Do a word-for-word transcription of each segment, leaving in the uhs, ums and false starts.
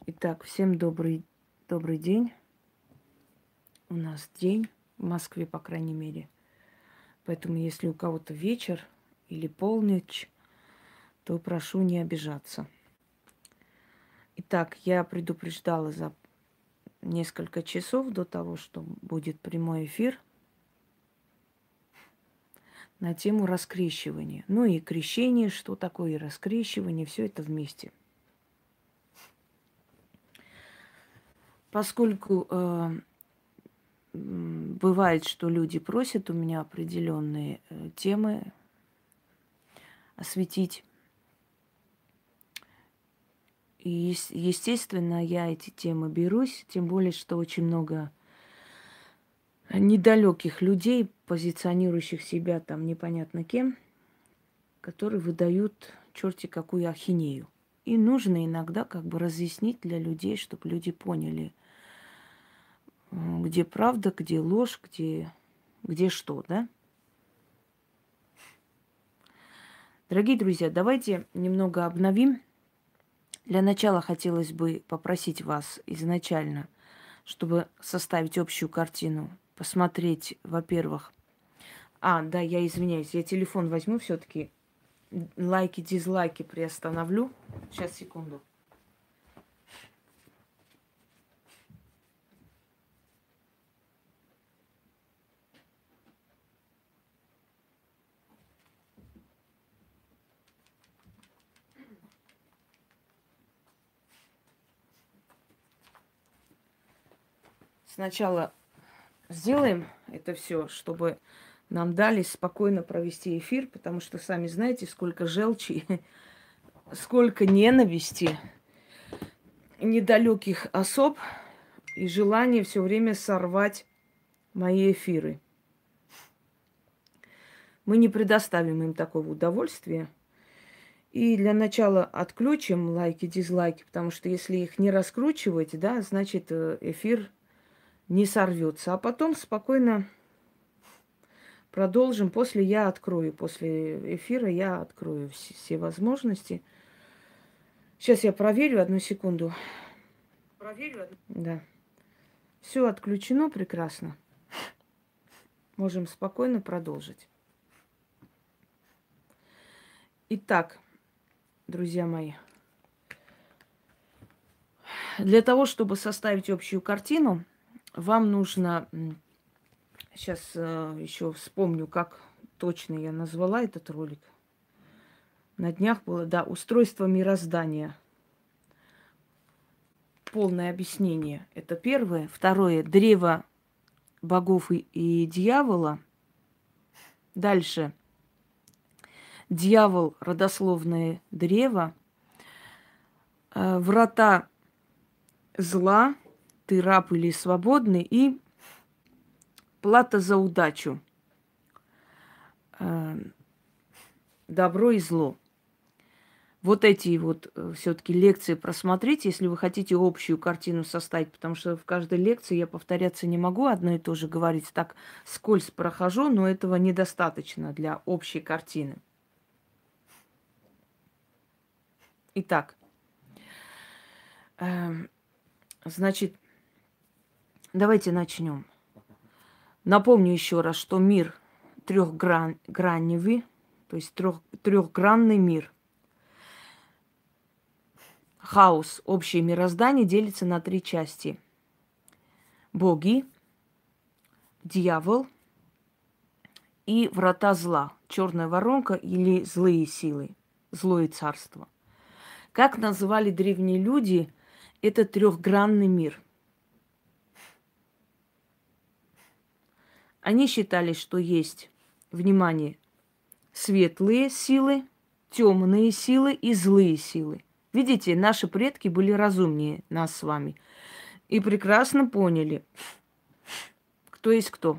Итак, всем добрый, добрый день. У нас день в Москве, по крайней мере. Поэтому, если у кого-то вечер или полночь, то прошу не обижаться. Итак, я предупреждала за несколько часов до того, что будет прямой эфир на тему раскрещивания. Ну и крещение, что такое и раскрещивание, все это вместе. Поскольку э, бывает, что люди просят у меня определенные э, темы осветить. И, естественно, я эти темы берусь, тем более, что очень много недалеких людей, позиционирующих себя там непонятно кем, которые выдают черти какую ахинею. И нужно иногда как бы разъяснить для людей, чтобы люди поняли, где правда, где ложь, где, где что, да? Дорогие друзья, давайте немного обновим. Для начала хотелось бы попросить вас изначально, чтобы составить общую картину, посмотреть, во-первых... А, да, я извиняюсь, я телефон возьму все-таки. Лайки, дизлайки приостановлю. Сейчас, секунду. Сначала сделаем это все, чтобы нам дали спокойно провести эфир, потому что сами знаете, сколько желчи, сколько ненависти, недалеких особ и желание все время сорвать мои эфиры. Мы не предоставим им такого удовольствия. И для начала отключим лайки, дизлайки, потому что если их не раскручивать, да, значит эфир не сорвется. А потом спокойно продолжим. После я открою, после эфира я открою все, все возможности. Сейчас я проверю, одну секунду. Проверю? Да. Все отключено прекрасно. Можем спокойно продолжить. Итак, друзья мои, для того, чтобы составить общую картину, вам нужно... Сейчас э, еще вспомню, как точно я назвала этот ролик. На днях было, да, устройство мироздания. Полное объяснение. Это первое. Второе. Древо богов и, и дьявола. Дальше. Дьявол, родословное древо. Э, врата зла. Ты раб или свободный. И плата за удачу. Э, добро и зло. Вот эти вот все-таки лекции просмотрите, если вы хотите общую картину составить, потому что в каждой лекции я повторяться не могу, одно и то же говорить. Так скользь прохожу, но этого недостаточно для общей картины. Итак, э, значит, давайте начнем. Напомню еще раз, что мир трехгранневый, то есть трех, трехгранный мир. Хаос, общее мироздание делится на три части. Боги, дьявол и врата зла, черная воронка или злые силы, злое царство. Как называли древние люди этот трехгранный мир? Они считали, что есть, внимание, светлые силы, темные силы и злые силы. Видите, наши предки были разумнее нас с вами и прекрасно поняли, кто есть кто.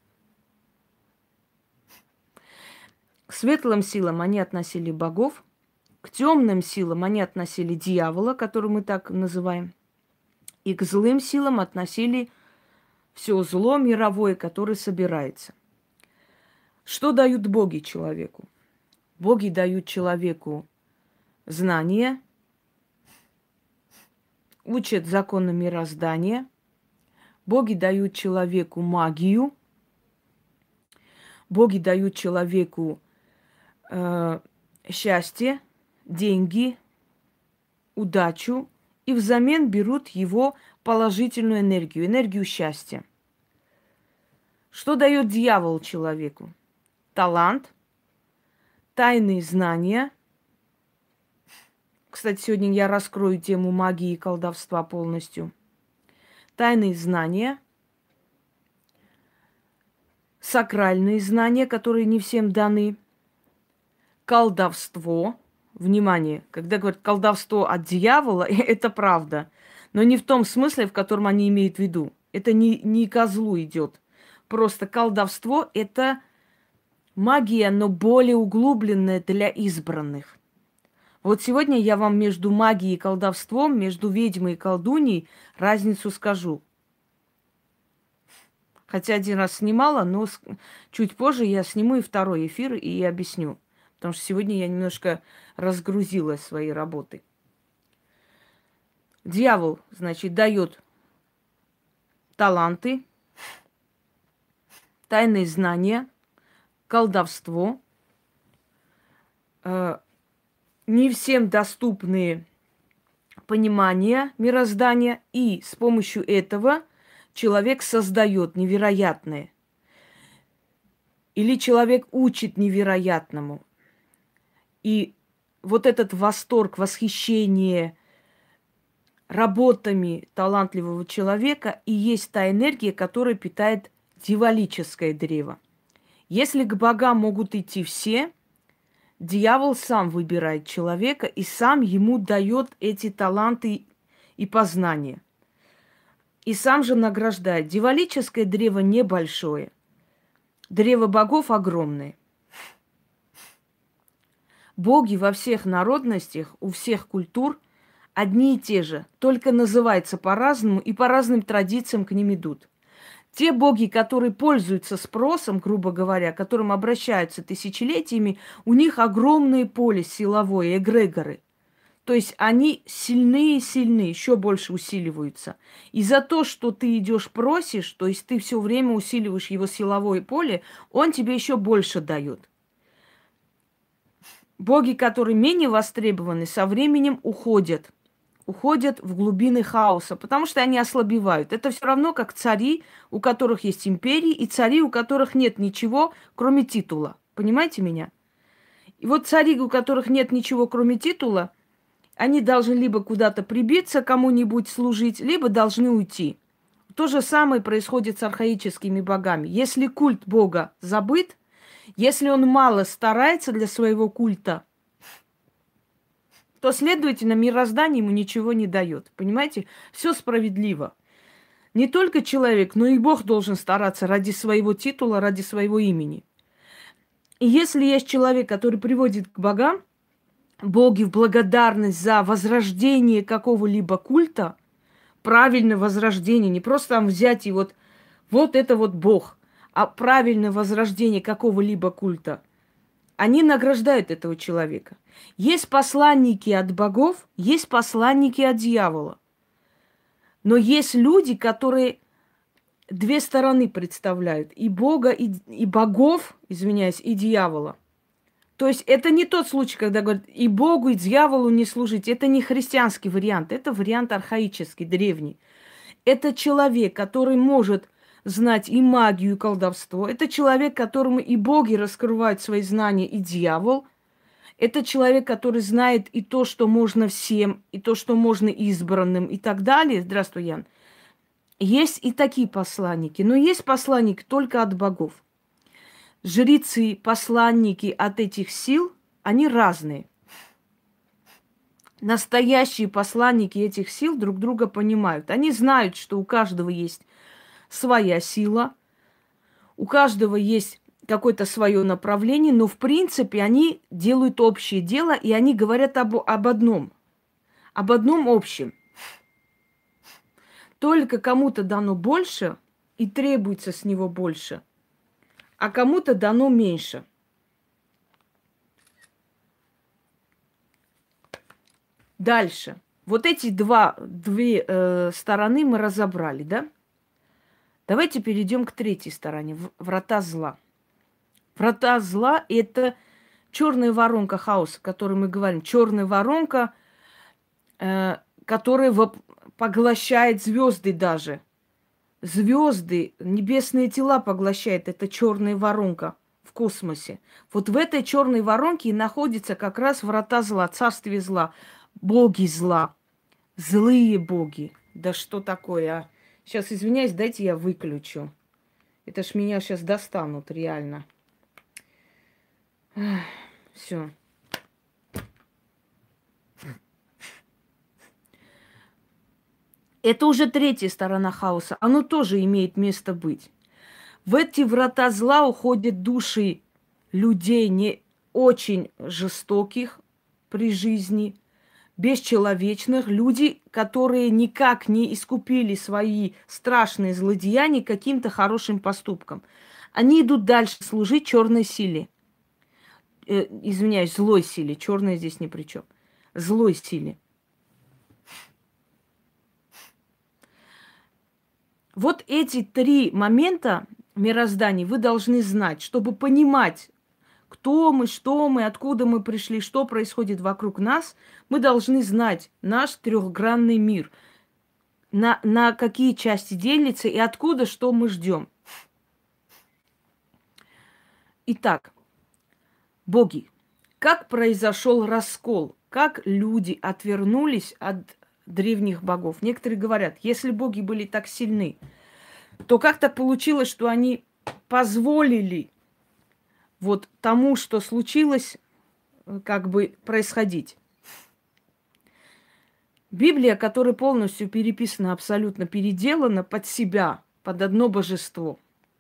К светлым силам они относили богов, к темным силам они относили дьявола, который мы так называем, и к злым силам относили все зло мировое, которое собирается. Что дают боги человеку? Боги дают человеку знания, учат законы мироздания. Боги дают человеку магию. Боги дают человеку э, счастье, деньги, удачу. И взамен берут его положительную энергию, энергию счастья. Что дает дьявол человеку? Талант, тайные знания. Кстати, сегодня я раскрою тему магии и колдовства полностью. Тайные знания, сакральные знания, которые не всем даны, колдовство. Внимание, когда говорят колдовство от дьявола, это правда. Но не в том смысле, в котором они имеют в виду. Это не, не козлу идет. Просто колдовство – это магия, но более углубленная для избранных. Вот сегодня я вам между магией и колдовством, между ведьмой и колдуньей разницу скажу. Хотя один раз снимала, но чуть позже я сниму и второй эфир и объясню. Потому что сегодня я немножко разгрузила свои работы. Дьявол, значит, дает таланты, тайные знания, колдовство, э, не всем доступные понимания мироздания, и с помощью этого человек создает невероятное. Или человек учит невероятному. И вот этот восторг, восхищение работами талантливого человека и есть та энергия, которая питает дьяволическое древо. Если к богам могут идти все, дьявол сам выбирает человека и сам ему дает эти таланты и познания. И сам же награждает. Дьяволическое древо небольшое. Древо богов огромное. Боги во всех народностях, у всех культур одни и те же, только называются по-разному и по разным традициям к ним идут. Те боги, которые пользуются спросом, грубо говоря, к которым обращаются тысячелетиями, у них огромное поле силовое, эгрегоры. То есть они сильные и сильные, еще больше усиливаются. И за то, что ты идешь просишь, то есть ты все время усиливаешь его силовое поле, он тебе еще больше дает. Боги, которые менее востребованы, со временем уходят. Уходят в глубины хаоса, потому что они ослабевают. Это все равно как цари, у которых есть империи, и цари, у которых нет ничего, кроме титула. Понимаете меня? И вот цари, у которых нет ничего, кроме титула, они должны либо куда-то прибиться, кому-нибудь служить, либо должны уйти. То же самое происходит с архаическими богами. Если культ Бога забыт, если он мало старается для своего культа, то, следовательно, мироздание ему ничего не дает. Понимаете? Все справедливо. Не только человек, но и Бог должен стараться ради своего титула, ради своего имени. И если есть человек, который приводит к богам, боги в благодарность за возрождение какого-либо культа, правильное возрождение, не просто там взять и вот, вот это вот Бог, а правильное возрождение какого-либо культа, они награждают этого человека. Есть посланники от богов, есть посланники от дьявола. Но есть люди, которые две стороны представляют. И Бога, и, и богов, извиняюсь, и дьявола. То есть это не тот случай, когда говорят, и Богу, и дьяволу не служить. Это не христианский вариант, это вариант архаический, древний. Это человек, который может знать и магию, и колдовство. Это человек, которому и боги раскрывают свои знания, и дьявол. Это человек, который знает и то, что можно всем, и то, что можно избранным, и так далее. Здравствуй, Ян. Есть и такие посланники, но есть посланник только от богов. Жрецы, посланники от этих сил, они разные. Настоящие посланники этих сил друг друга понимают. Они знают, что у каждого есть своя сила, у каждого есть какое-то свое направление, но в принципе они делают общее дело, и они говорят об, об одном, об одном общем. Только кому-то дано больше и требуется с него больше, а кому-то дано меньше. Дальше. Вот эти два, две э, стороны мы разобрали, да? Давайте перейдем к третьей стороне, в- врата зла. Врата зла – это черная воронка хаоса, о которой мы говорим. Черная воронка, э, которая воп- поглощает звезды даже. Звезды, небесные тела поглощает эта черная воронка в космосе. Вот в этой черной воронке и находятся как раз врата зла, царствие зла, боги зла, злые боги. Да что такое, а? Сейчас, извиняюсь, дайте я выключу. Это ж меня сейчас достанут, реально. Все. Это уже третья сторона хаоса. Оно тоже имеет место быть. В эти врата зла уходят души людей не очень жестоких при жизни, бесчеловечных, люди, которые никак не искупили свои страшные злодеяния каким-то хорошим поступком. Они идут дальше служить черной силе. Э, извиняюсь, злой силе. Черная здесь ни при чем. Злой силе. Вот эти три момента мироздания вы должны знать, чтобы понимать, кто мы, что мы, откуда мы пришли, что происходит вокруг нас. Мы должны знать наш трехгранный мир, на, на какие части делится и откуда что мы ждем. Итак, боги. Как произошел раскол? Как люди отвернулись от древних богов? Некоторые говорят, если боги были так сильны, то как так получилось, что они позволили вот тому, что случилось, как бы происходить? Библия, которая полностью переписана, абсолютно переделана под себя, под одно божество.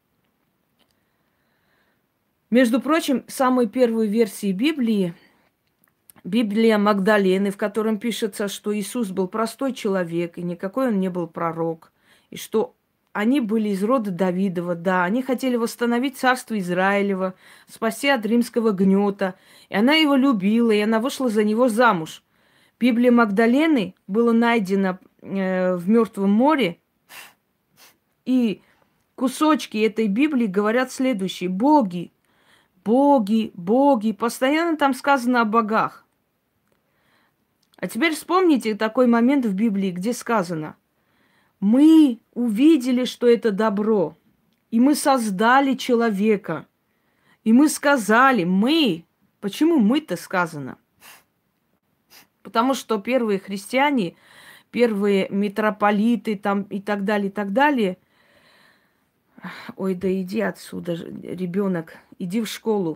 Между прочим, самой первой версии Библии, Библия Магдалены, в котором пишется, что Иисус был простой человек, и никакой он не был пророк, и что они были из рода Давидова, да, они хотели восстановить царство Израилева, спасти от римского гнета, и она его любила, и она вышла за него замуж. Библия Магдалены была найдена э, в Мертвом море, и кусочки этой Библии говорят следующее: боги, боги, боги, постоянно там сказано о богах. А теперь вспомните такой момент в Библии, где сказано: мы увидели, что это добро, и мы создали человека, и мы сказали, мы, почему мы-то сказано? Потому что первые христиане, первые митрополиты там и так далее, и так далее. Ой, да иди отсюда, ребенок, иди в школу.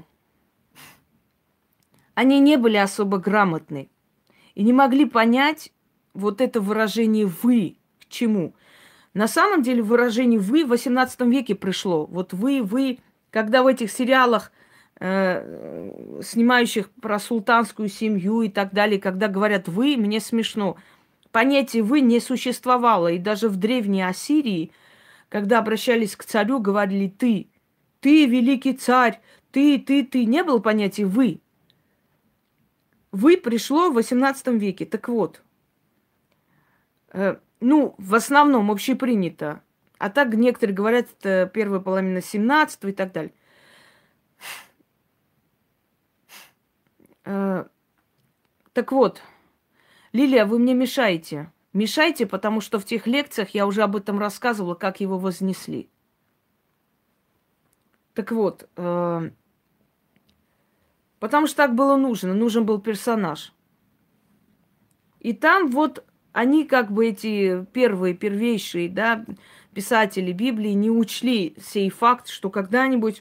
Они не были особо грамотны и не могли понять вот это выражение «вы» к чему. На самом деле выражение «вы» в восемнадцатом веке пришло. Вот «вы», «вы», когда в этих сериалах, э, снимающих про султанскую семью и так далее, когда говорят «вы», мне смешно. Понятие «вы» не существовало. И даже в Древней Ассирии, когда обращались к царю, говорили «ты». «Ты, великий царь», «ты», «ты», «ты». Не было понятия «вы». «Вы» пришло в восемнадцатом веке. Так вот, э, ну, в основном общепринято. А так некоторые говорят, это первая половина семнадцатого и так далее. Э, так вот, Лилия, вы мне мешаете. Мешайте, потому что в тех лекциях я уже об этом рассказывала, как его вознесли. Так вот, э, потому что так было нужно. Нужен был персонаж. И там вот они, как бы эти первые, первейшие, да, писатели Библии не учли сей факт, что когда-нибудь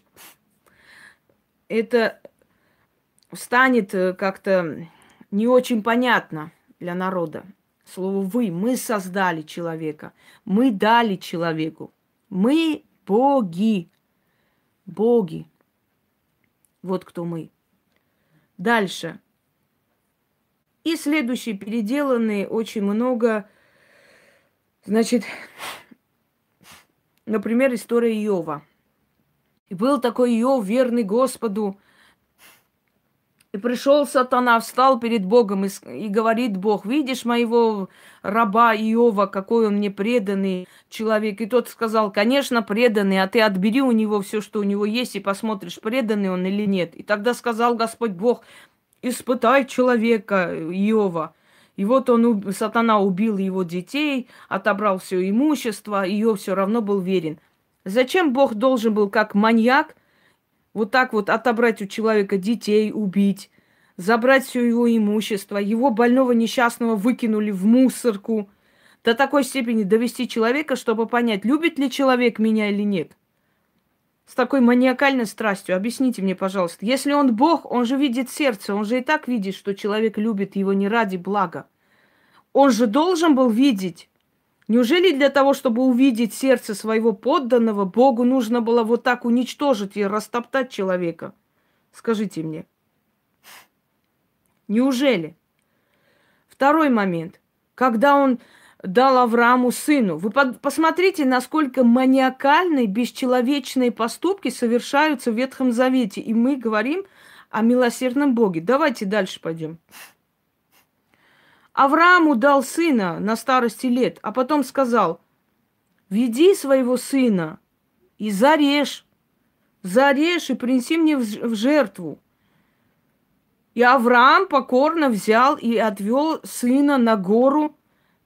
это станет как-то не очень понятно для народа. Слово «вы». Мы создали человека. Мы дали человеку. Мы боги. Боги. Вот кто мы. Дальше. И следующие переделанные очень много. Значит, например, история Иова. И был такой Иов, верный Господу. И пришел сатана, встал перед Богом и, и говорит Бог: видишь моего раба Иова, какой он мне преданный человек. И тот сказал: конечно, преданный, а ты отбери у него все, что у него есть, и посмотришь, преданный он или нет. И тогда сказал Господь Бог: испытай человека Иова. И вот он, сатана убил его детей, отобрал все имущество, Иов все равно был верен. Зачем Бог должен был, как маньяк, вот так вот отобрать у человека детей, убить, забрать все его имущество, его больного несчастного выкинули в мусорку, до такой степени довести человека, чтобы понять, любит ли человек меня или нет. С такой маниакальной страстью. Объясните мне, пожалуйста. Если он Бог, он же видит сердце, он же и так видит, что человек любит его не ради блага. Он же должен был видеть. Неужели для того, чтобы увидеть сердце своего подданного, Богу нужно было вот так уничтожить и растоптать человека? Скажите мне. Неужели? Второй момент. Когда он дал Аврааму сыну. Вы посмотрите, насколько маниакальные, бесчеловечные поступки совершаются в Ветхом Завете. И мы говорим о милосердном Боге. Давайте дальше пойдем. Аврааму дал сына на старости лет, а потом сказал: веди своего сына и зарежь. Зарежь и принеси мне в жертву. И Авраам покорно взял и отвел сына на гору,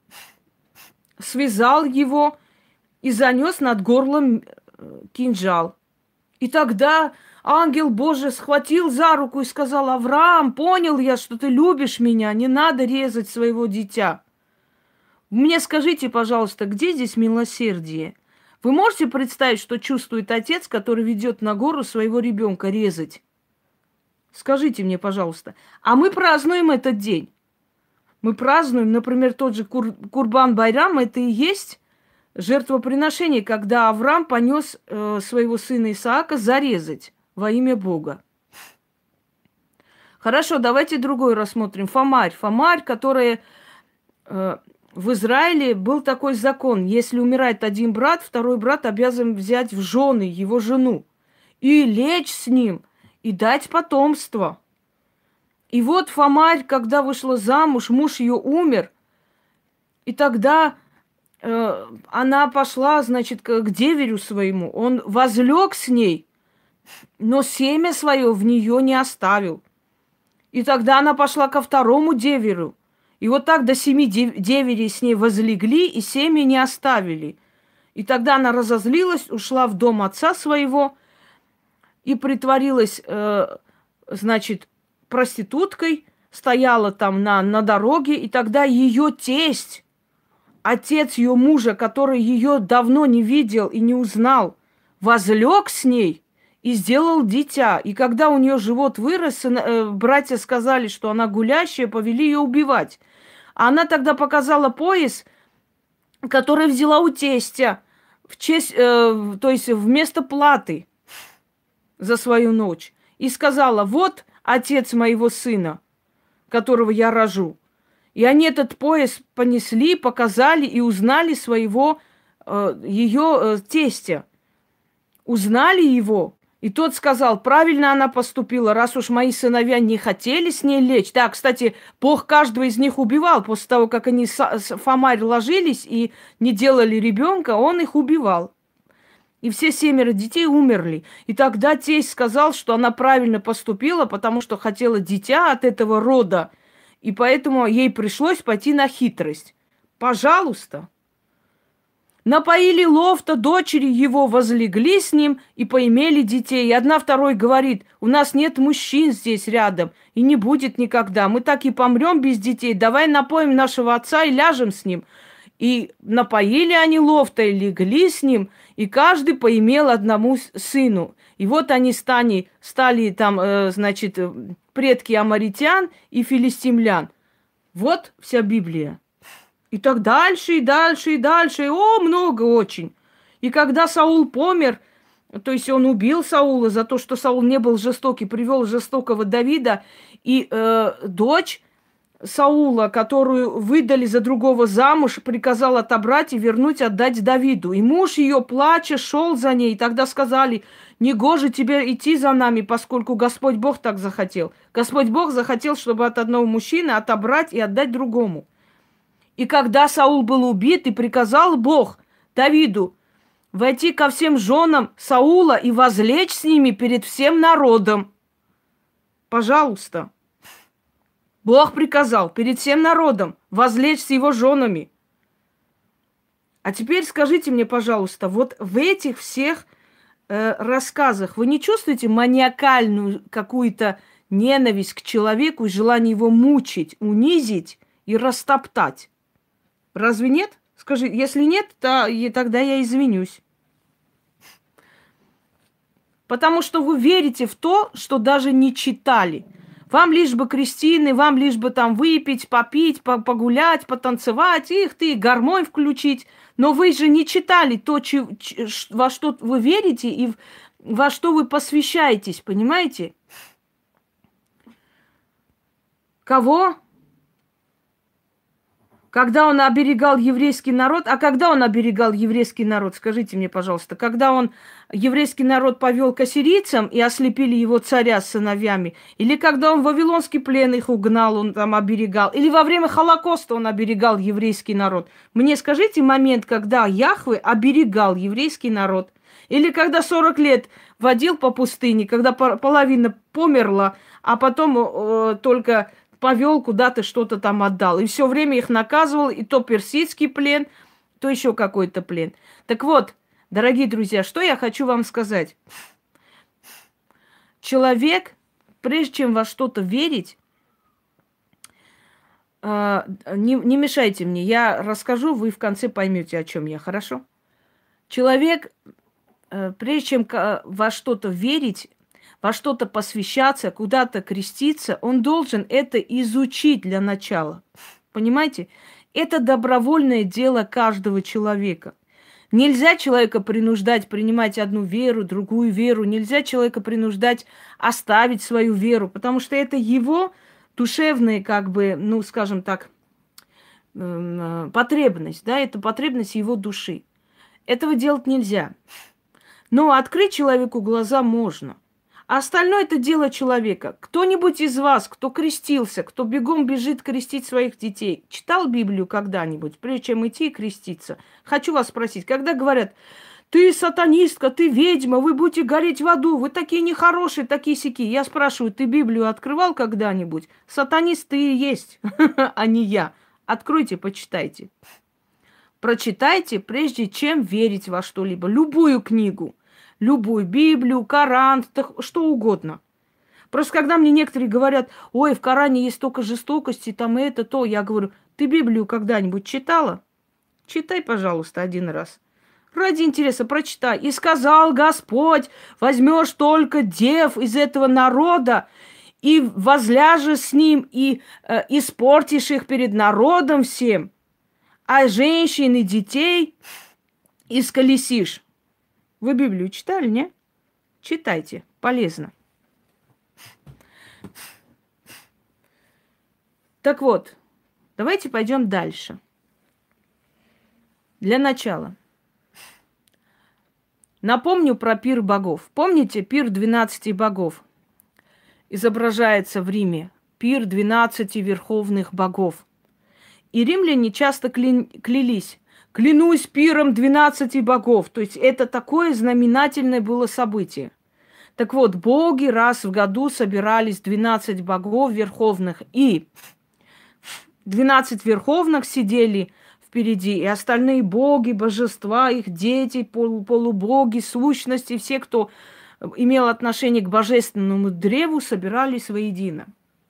связал его и занес над горлом кинжал. И тогда ангел Божий схватил за руку и сказал: Авраам, понял я, что ты любишь меня, не надо резать своего дитя. Мне скажите, пожалуйста, где здесь милосердие? Вы можете представить, что чувствует отец, который ведет на гору своего ребенка резать? Скажите мне, пожалуйста. А мы празднуем этот день. Мы празднуем, например, тот же Кур- Курбан-Байрам, это и есть жертвоприношение, когда Авраам понес э, своего сына Исаака зарезать во имя Бога. Хорошо, давайте другой рассмотрим. Фомарь. Фомарь, которая э, в Израиле был такой закон. Если умирает один брат, второй брат обязан взять в жены его жену и лечь с ним, и дать потомство. И вот Фомарь, когда вышла замуж, муж ее умер, и тогда э, она пошла, значит, к, к деверю своему. Он возлег с ней, но семя свое в нее не оставил. И тогда она пошла ко второму деверю. И вот так до семи деверей с ней возлегли, и семя не оставили. И тогда она разозлилась, ушла в дом отца своего и притворилась, э, значит, проституткой, стояла там на, на дороге, и тогда ее тесть, отец ее мужа, который ее давно не видел и не узнал, возлег с ней и сделал дитя. И когда у нее живот вырос, э, братья сказали, что она гулящая, повели ее убивать. А она тогда показала пояс, который взяла у тестя, в честь, э, то есть вместо платы за свою ночь. И сказала: вот отец моего сына, которого я рожу. И они этот пояс понесли, показали и узнали своего, э, ее э, тестя. Узнали его. И тот сказал: правильно она поступила, раз уж мои сыновья не хотели с ней лечь. Да, кстати, Бог каждого из них убивал. После того, как они с, с Фомарь ложились и не делали ребенка, он их убивал. И все семеро детей умерли. И тогда тесть сказал, что она правильно поступила, потому что хотела дитя от этого рода. И поэтому ей пришлось пойти на хитрость. Пожалуйста. Напоили Лофта, дочери его возлегли с ним и поимели детей. И одна второй говорит: у нас нет мужчин здесь рядом, и не будет никогда. Мы так и помрем без детей. Давай напоим нашего отца и ляжем с ним. И напоили они Лофта, и легли с ним, и каждый поимел одному сыну. И вот они стали, стали там, э, значит, предки аморитян и филистимлян. Вот вся Библия. И так дальше, и дальше, и дальше. И, о, много очень. И когда Саул помер, то есть он убил Саула за то, что Саул не был жестокий, привел жестокого Давида, и э, дочь Саула, которую выдали за другого замуж, приказал отобрать и вернуть, отдать Давиду. И муж ее, плача, шел за ней. И тогда сказали: негоже тебе идти за нами, поскольку Господь Бог так захотел. Господь Бог захотел, чтобы от одного мужчины отобрать и отдать другому. И когда Саул был убит, и приказал Бог Давиду войти ко всем женам Саула и возлечь с ними перед всем народом. Пожалуйста. Бог приказал перед всем народом возлечь с его женами. А теперь скажите мне, пожалуйста, вот в этих всех э, рассказах вы не чувствуете маниакальную какую-то ненависть к человеку и желание его мучить, унизить и растоптать? Разве нет? Скажи, если нет, то и тогда я извинюсь. Потому что вы верите в то, что даже не читали. Вам лишь бы крестины, вам лишь бы там выпить, попить, погулять, потанцевать, их ты, гармонь включить. Но вы же не читали то, во что вы верите и во что вы посвящаетесь, понимаете? Кого? Когда он оберегал еврейский народ, а когда он оберегал еврейский народ, скажите мне, пожалуйста, когда он еврейский народ повел к ассирийцам и ослепили его царя с сыновьями, или когда он в вавилонский плен их угнал, он там оберегал, или во время Холокоста он оберегал еврейский народ. Мне скажите момент, когда Яхве оберегал еврейский народ, или когда сорок лет водил по пустыне, когда половина померла, а потом э, только повел куда-то, что-то там отдал. И все время их наказывал, и то персидский плен, то еще какой-то плен. Так вот, дорогие друзья, что я хочу вам сказать. Человек, прежде чем во что-то верить, э, не, не мешайте мне, я расскажу, вы в конце поймете, о чем я, хорошо? Человек, э, прежде чем во что-то верить, во что-то посвящаться, куда-то креститься, он должен это изучить для начала. Понимаете? Это добровольное дело каждого человека. Нельзя человека принуждать принимать одну веру, другую веру. Нельзя человека принуждать оставить свою веру, потому что это его душевная, как бы, ну, скажем так, потребность, да, это потребность его души. Этого делать нельзя. Но открыть человеку глаза можно. А остальное это дело человека. Кто-нибудь из вас, кто крестился, кто бегом бежит крестить своих детей, читал Библию когда-нибудь, прежде чем идти и креститься? Хочу вас спросить, когда говорят: ты сатанистка, ты ведьма, вы будете гореть в аду, вы такие нехорошие, такие сяки. Я спрашиваю, ты Библию открывал когда-нибудь? Сатанист ты и есть, а не я. Откройте, почитайте. Прочитайте, прежде чем верить во что-либо. Любую книгу. Любую, Библию, Коран, что угодно. Просто когда мне некоторые говорят: ой, в Коране есть столько жестокости, там это, то, я говорю: ты Библию когда-нибудь читала? Читай, пожалуйста, один раз. Ради интереса прочитай. И сказал Господь: возьмешь только дев из этого народа, и возляжешь с ним, и э, испортишь их перед народом всем, а женщин и детей исколесишь. Вы Библию читали, не? Читайте, полезно. Так вот, давайте пойдем дальше. Для начала. Напомню про пир богов. Помните, пир двенадцати богов? Изображается в Риме. Пир двенадцати верховных богов. И римляне часто кля... клялись: клянусь пиром двенадцати богов. То есть это такое знаменательное было событие. Так вот, боги раз в году собирались, двенадцать богов верховных. И двенадцать верховных сидели впереди. И остальные боги, божества, их дети, полу полубоги, сущности, все, кто имел отношение к божественному древу, собирались воедино.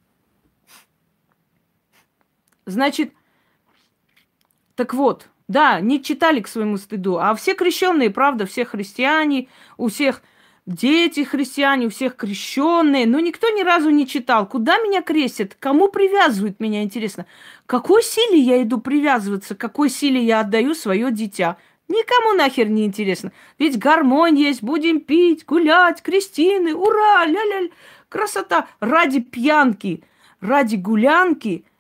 Значит, так вот, да, не читали к своему стыду, а все крещенные, правда, все христиане, у всех дети христиане, у всех крещенные, но никто ни разу не читал. Куда меня крестят? Кому привязывают меня, интересно? Какой силе я иду привязываться? Какой силе я отдаю свое дитя? Никому нахер не интересно. Ведь гармонь есть, будем пить, гулять, крестины, ура, ля-ля-ля, красота. Ради пьянки, ради гулянки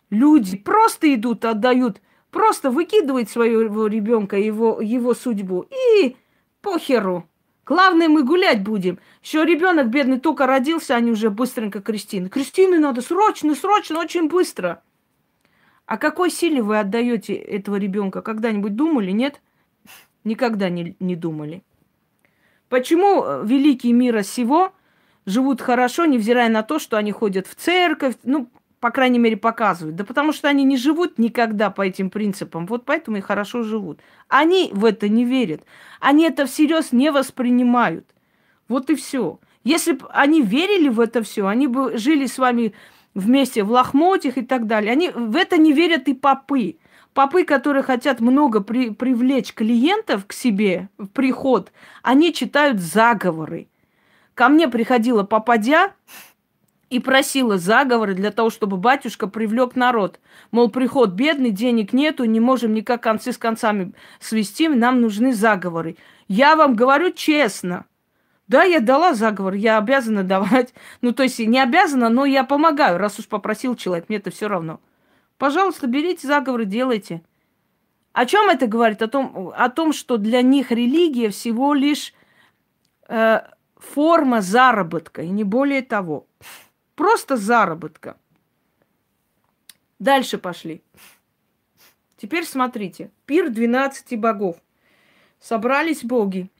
Люди просто идут, отдают, просто выкидывают своего ребенка, его, его судьбу. И похеру. Главное, мы гулять будем. Еще ребенок бедный только родился, они уже быстренько крестины. Крестины надо срочно, срочно, очень быстро. А какой силе вы отдаете этого ребенка? Когда-нибудь думали, нет? Никогда не, не думали. Почему великие мира сего живут хорошо, невзирая на то, что они ходят в церковь, ну, по крайней мере, показывают? Да потому что они не живут никогда по этим принципам, вот поэтому и хорошо живут. Они в это не верят, они это всерьез не воспринимают. Вот и все. Если бы они верили в это все, они бы жили с вами вместе в лохмотьях и так далее. Они в это не верят и попы. Попы, которые хотят много при, привлечь клиентов к себе в приход, они читают заговоры. Ко мне приходила попадья и просила заговоры для того, чтобы батюшка привлек народ. Мол, приход бедный, денег нету, не можем никак концы с концами свести, нам нужны заговоры. Я вам говорю честно. Да, я дала заговор, я обязана давать. Ну, то есть не обязана, но я помогаю, раз уж попросил человек, мне это все равно. Пожалуйста, берите заговоры, делайте. О чем это говорит? О том, о том, что для них религия всего лишь э, форма заработка, и не более того. Просто заработка. Дальше пошли. Теперь смотрите. Пир двенадцати богов. Собрались боги.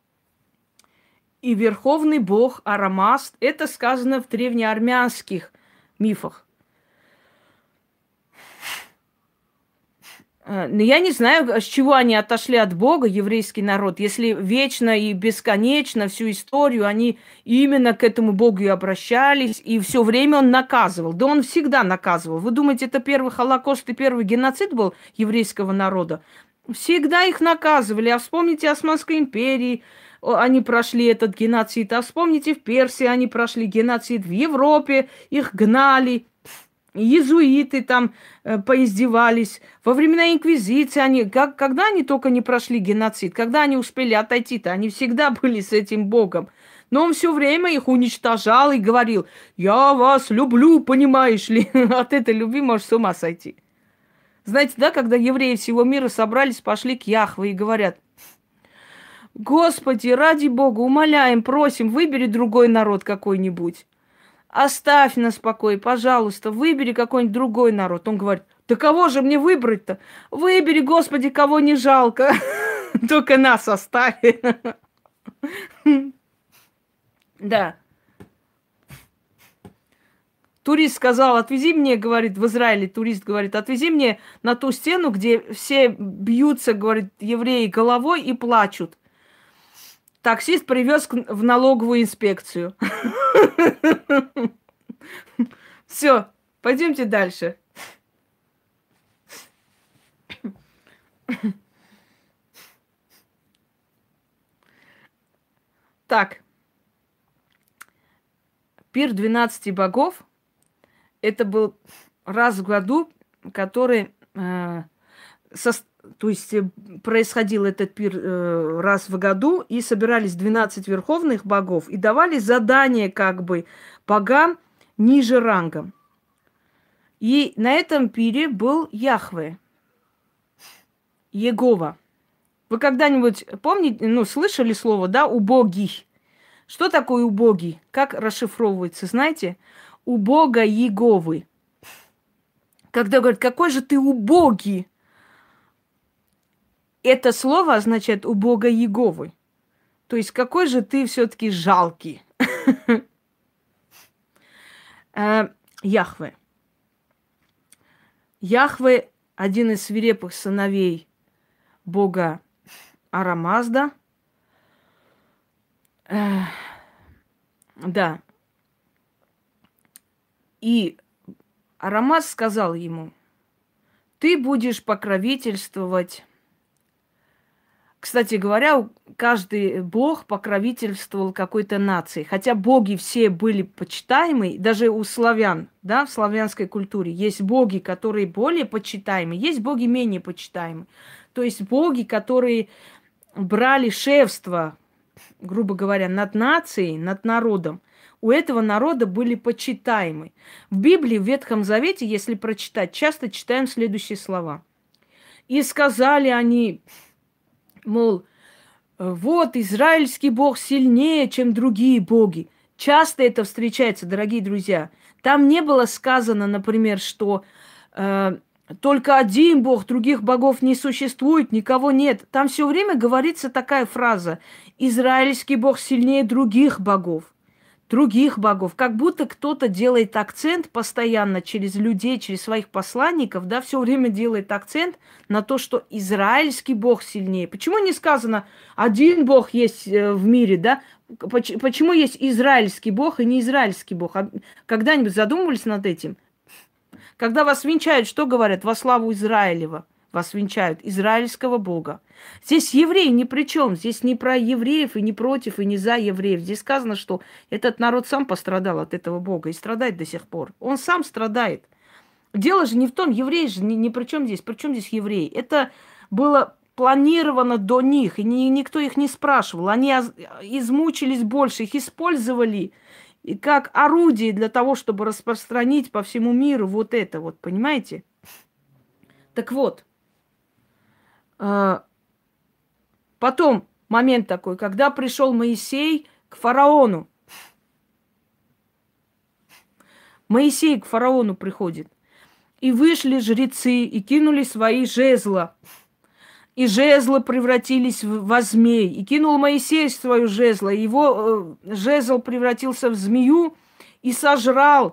И верховный бог Арамазд, это сказано в древнеармянских мифах. Но я не знаю, с чего они отошли от Бога, еврейский народ, если вечно и бесконечно всю историю они именно к этому Богу и обращались, и все время он наказывал. Да он всегда наказывал. Вы думаете, это первый Холокост и первый геноцид был еврейского народа? Всегда их наказывали. А вспомните Османской империи, они прошли этот геноцид. А вспомните, в Персии они прошли геноцид. В Европе их гнали. Иезуиты там э, поиздевались. Во времена инквизиции они... Как, когда они только не прошли геноцид? Когда они успели отойти-то? Они всегда были с этим Богом. Но он все время их уничтожал и говорил: я вас люблю, понимаешь ли? От этой любви можешь с ума сойти. Знаете, да, когда евреи всего мира собрались, пошли к Яхве и говорят: Господи, ради Бога, умоляем, просим, выбери другой народ какой-нибудь. Оставь нас в покое, пожалуйста, выбери какой-нибудь другой народ. Он говорит: да кого же мне выбрать-то? Выбери, Господи, кого не жалко. Только нас оставь. Да. Турист сказал: отвези мне, говорит, в Израиле, турист говорит, отвези мне на ту стену, где все бьются, говорит, евреи головой и плачут. Таксист привез в налоговую инспекцию. Все, пойдемте дальше. Так. Пир двенадцати богов – это был раз в году, который, э, со, то есть э, происходил этот пир э, раз в году, и собирались двенадцать верховных богов и давали задание как бы богам ниже рангом. И на этом пире был Яхве, Егова. Вы когда-нибудь помните, ну, слышали слово, да, убогий? Что такое убогий? Как расшифровывается, знаете? У Бога Еговы. Когда говорят: какой же ты убогий, это слово означает у Бога Еговы. То есть какой же ты все-таки жалкий. Яхве. Яхве – один из свирепых сыновей бога Арамазда. Да. И Арамаз сказал ему: ты будешь покровительствовать. Кстати говоря, каждый бог покровительствовал какой-то нации. Хотя боги все были почитаемы, даже у славян, да, в славянской культуре есть боги, которые более почитаемы, есть боги менее почитаемы. То есть боги, которые брали шефство, грубо говоря, над нацией, над народом. у этого народа были почитаемы. В Библии, в Ветхом Завете, если прочитать, часто читаем следующие слова. «И сказали они, мол, вот израильский Бог сильнее, чем другие боги». Часто это встречается, дорогие друзья. Там не было сказано, например, что э, только один Бог, других богов не существует, никого нет. Там все время говорится такая фраза: израильский Бог сильнее других богов. Других богов. Как будто кто-то делает акцент постоянно через людей, через своих посланников, да, все время делает акцент на то, что израильский Бог сильнее. Почему не сказано, один Бог есть в мире, да? Почему есть израильский Бог и не израильский Бог? Когда-нибудь задумывались над этим? Когда вас венчают, что говорят? Во славу Израилева. Вас венчают, израильского Бога. Здесь евреи ни при чем. Здесь не про евреев, и не против, и не за евреев. Здесь сказано, что этот народ сам пострадал от этого Бога и страдает до сих пор. Он сам страдает. Дело же не в том, евреи же ни, ни при чем здесь. При чем здесь евреи? Это было планировано до них, и ни, никто их не спрашивал. Они измучились больше, их использовали и как орудие для того, чтобы распространить по всему миру вот это вот, понимаете? Так вот, потом момент такой, когда пришел Моисей к фараону. Моисей к фараону приходит. И вышли жрецы, и кинули свои жезла. И жезлы превратились во змей. И кинул Моисей свое жезло. И его э, жезл превратился в змею и сожрал.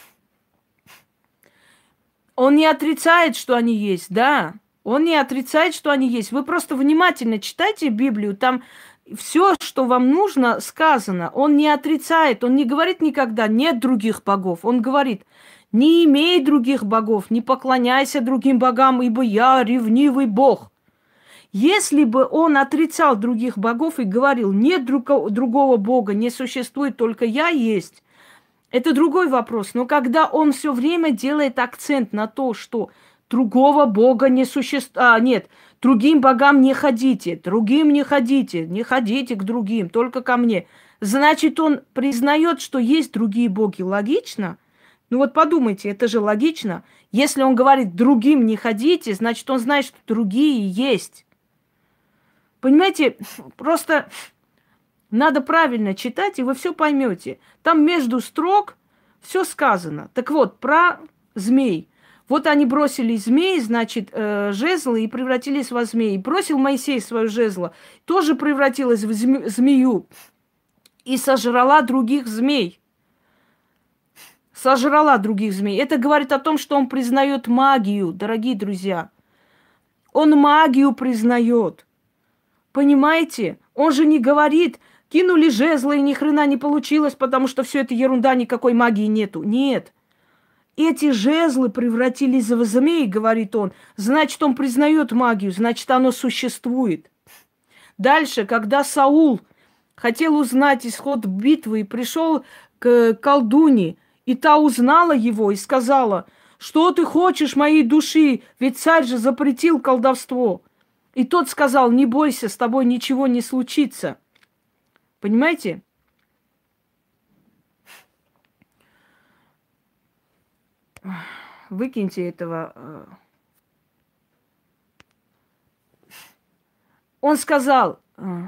Он не отрицает, что они есть, да. Он не отрицает, что они есть. Вы просто внимательно читайте Библию, там все, что вам нужно, сказано. Он не отрицает, он не говорит никогда «нет других богов». Он говорит «не имей других богов, не поклоняйся другим богам, ибо я ревнивый Бог». Если бы он отрицал других богов и говорил «нет друг- другого бога, не существует, только я есть», это другой вопрос. Но когда он все время делает акцент на то, что другого бога не существует, а, нет, другим богам не ходите, другим не ходите, не ходите к другим, только ко мне. Значит, он признает, что есть другие боги. Логично? Ну вот подумайте, это же логично. Если он говорит другим не ходите, значит, он знает, что другие есть. Понимаете, просто надо правильно читать, и вы все поймете. Там между строк все сказано. Так вот, про змей. Вот они бросили змей, значит, э, жезлы и превратились во змеи. Бросил Моисей свое жезло, тоже превратилась в змею и сожрала других змей. Сожрала других змей. Это говорит о том, что он признает магию, дорогие друзья. Он магию признает. Понимаете? Он же не говорит, кинули жезлы и ни хрена не получилось, потому что все это ерунда, никакой магии нету. Нет. Эти жезлы превратились в змей, говорит он. Значит, он признает магию, значит, оно существует. Дальше, когда Саул хотел узнать исход битвы и пришел к колдуне, и та узнала его и сказала, что ты хочешь моей души, ведь царь же запретил колдовство. И тот сказал, не бойся, с тобой ничего не случится. Понимаете? Выкиньте этого. Он сказал,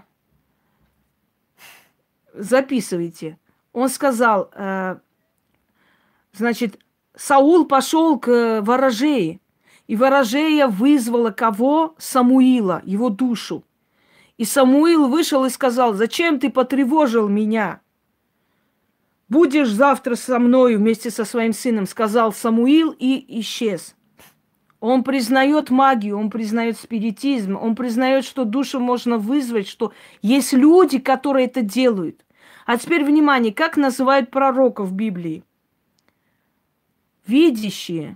записывайте. Он сказал, значит, Саул пошел к ворожее. И ворожея вызвала кого? Самуила, его душу. И Самуил вышел и сказал, зачем ты потревожил меня? Будешь завтра со мною вместе со своим сыном, сказал Самуил и исчез. Он признает магию, он признает спиритизм, он признает, что душу можно вызвать, что есть люди, которые это делают. А теперь внимание, как называют пророков в Библии? Видящие.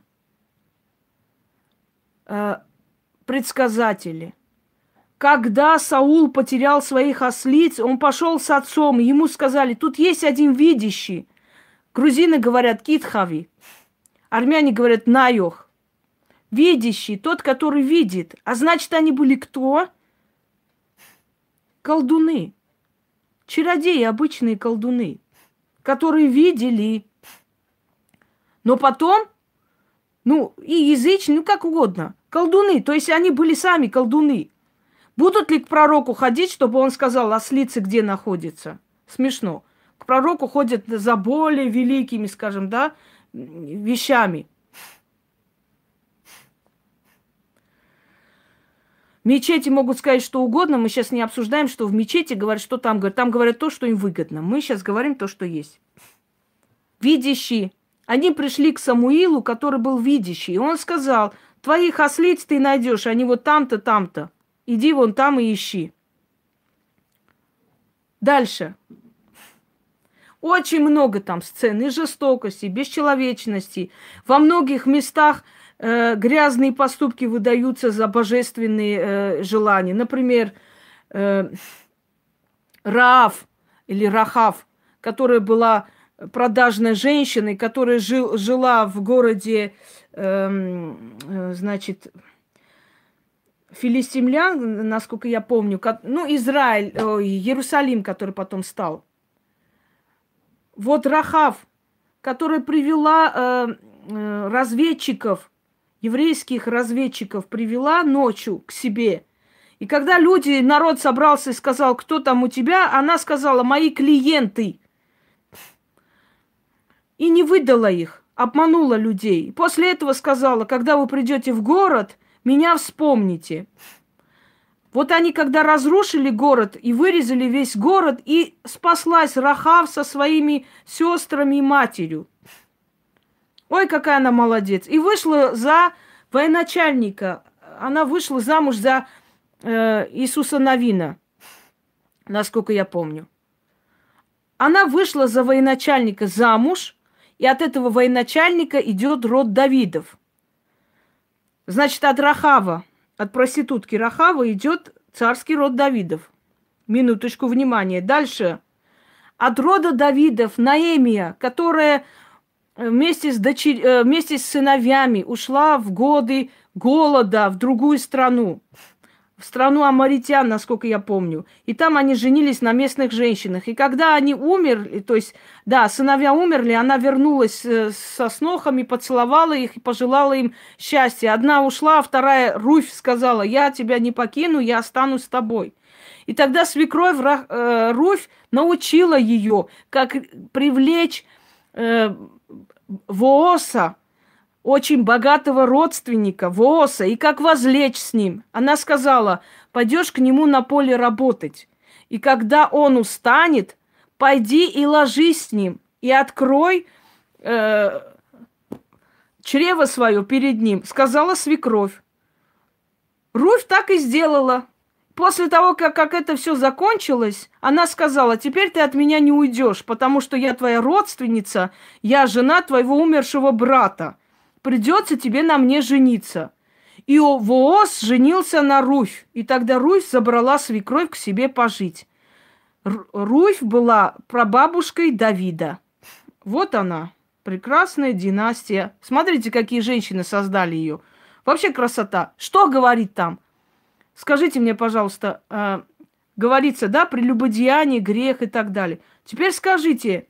Предсказатели. Когда Саул потерял своих ослиц, он пошел с отцом, и ему сказали, тут есть один видящий. Грузины говорят китхави, армяне говорят найох. Видящий, тот, который видит. А значит, они были кто? Колдуны. Чародеи, обычные колдуны. которые видели. Но потом, ну, и язычники, ну, как угодно, колдуны, то есть они были сами колдуны. Будут ли к пророку ходить, чтобы он сказал, ослицы где находится? Смешно. К пророку ходят за более великими, скажем, да, вещами. Мечети могут сказать что угодно. Мы сейчас не обсуждаем, что в мечети говорят, что там говорят. Там говорят то, что им выгодно. Мы сейчас говорим то, что есть. Видящие. Они пришли к Самуилу, который был видящий. И он сказал, твоих ослиц ты найдешь, они вот там-то, там-то. Иди вон там и ищи. Дальше. Очень много там сцен и жестокости, бесчеловечности. Во многих местах э, грязные поступки выдаются за божественные э, желания. Например, э, Раав или Рахав, которая была продажной женщиной, которая жил, жила в городе, э, э, значит, филистимлян, насколько я помню, ну, Израиль, э, Иерусалим, который потом стал. Вот Рахав, которая привела э, э, разведчиков, еврейских разведчиков, привела ночью к себе. И когда люди, народ собрался и сказал, кто там у тебя, она сказала, мои клиенты. И не выдала их, обманула людей. После этого сказала, когда вы придете в город, меня вспомните. Вот они, когда разрушили город и вырезали весь город, и спаслась Рахав со своими сестрами и матерью. Ой, какая она молодец. И вышла за военачальника. Она вышла замуж за э, Иисуса Навина, насколько я помню. Она вышла за военачальника замуж, и от этого военачальника идет род Давидов. Значит, от Рахава, от проститутки Рахава идет царский род Давидов. Минуточку внимания. Дальше. От рода Давидов Наэмия, которая вместе с, дочер... вместе с сыновьями ушла в годы голода в другую страну. В страну аморитян, насколько я помню. И там они женились на местных женщинах. И когда они умерли, то есть, да, сыновья умерли, она вернулась со снохами, поцеловала их и пожелала им счастья. Одна ушла, а вторая, Руфь, сказала, я тебя не покину, я останусь с тобой. И тогда свекровь э, Руфь научила ее, как привлечь э, Вооса, очень богатого родственника, Вооса, и как возлечь с ним. Она сказала, пойдешь к нему на поле работать, и когда он устанет, пойди и ложись с ним, и открой э, чрево свое перед ним, сказала свекровь. Руфь так и сделала. После того, как, как это все закончилось, она сказала, теперь ты от меня не уйдешь, потому что я твоя родственница, я жена твоего умершего брата. Придется тебе на мне жениться. И Вооз женился на Руфь. И тогда Руфь забрала свекровь к себе пожить. Руфь была прабабушкой Давида. Вот она, прекрасная династия. Смотрите, какие женщины создали ее. Вообще красота. Что говорит там? Скажите мне, пожалуйста, э, говорится, да, прелюбодеяние, грех и так далее. Теперь скажите,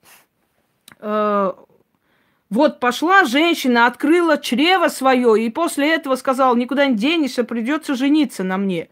э, вот пошла женщина, открыла чрево свое, и после этого сказала, никуда не денешься, придется жениться на мне.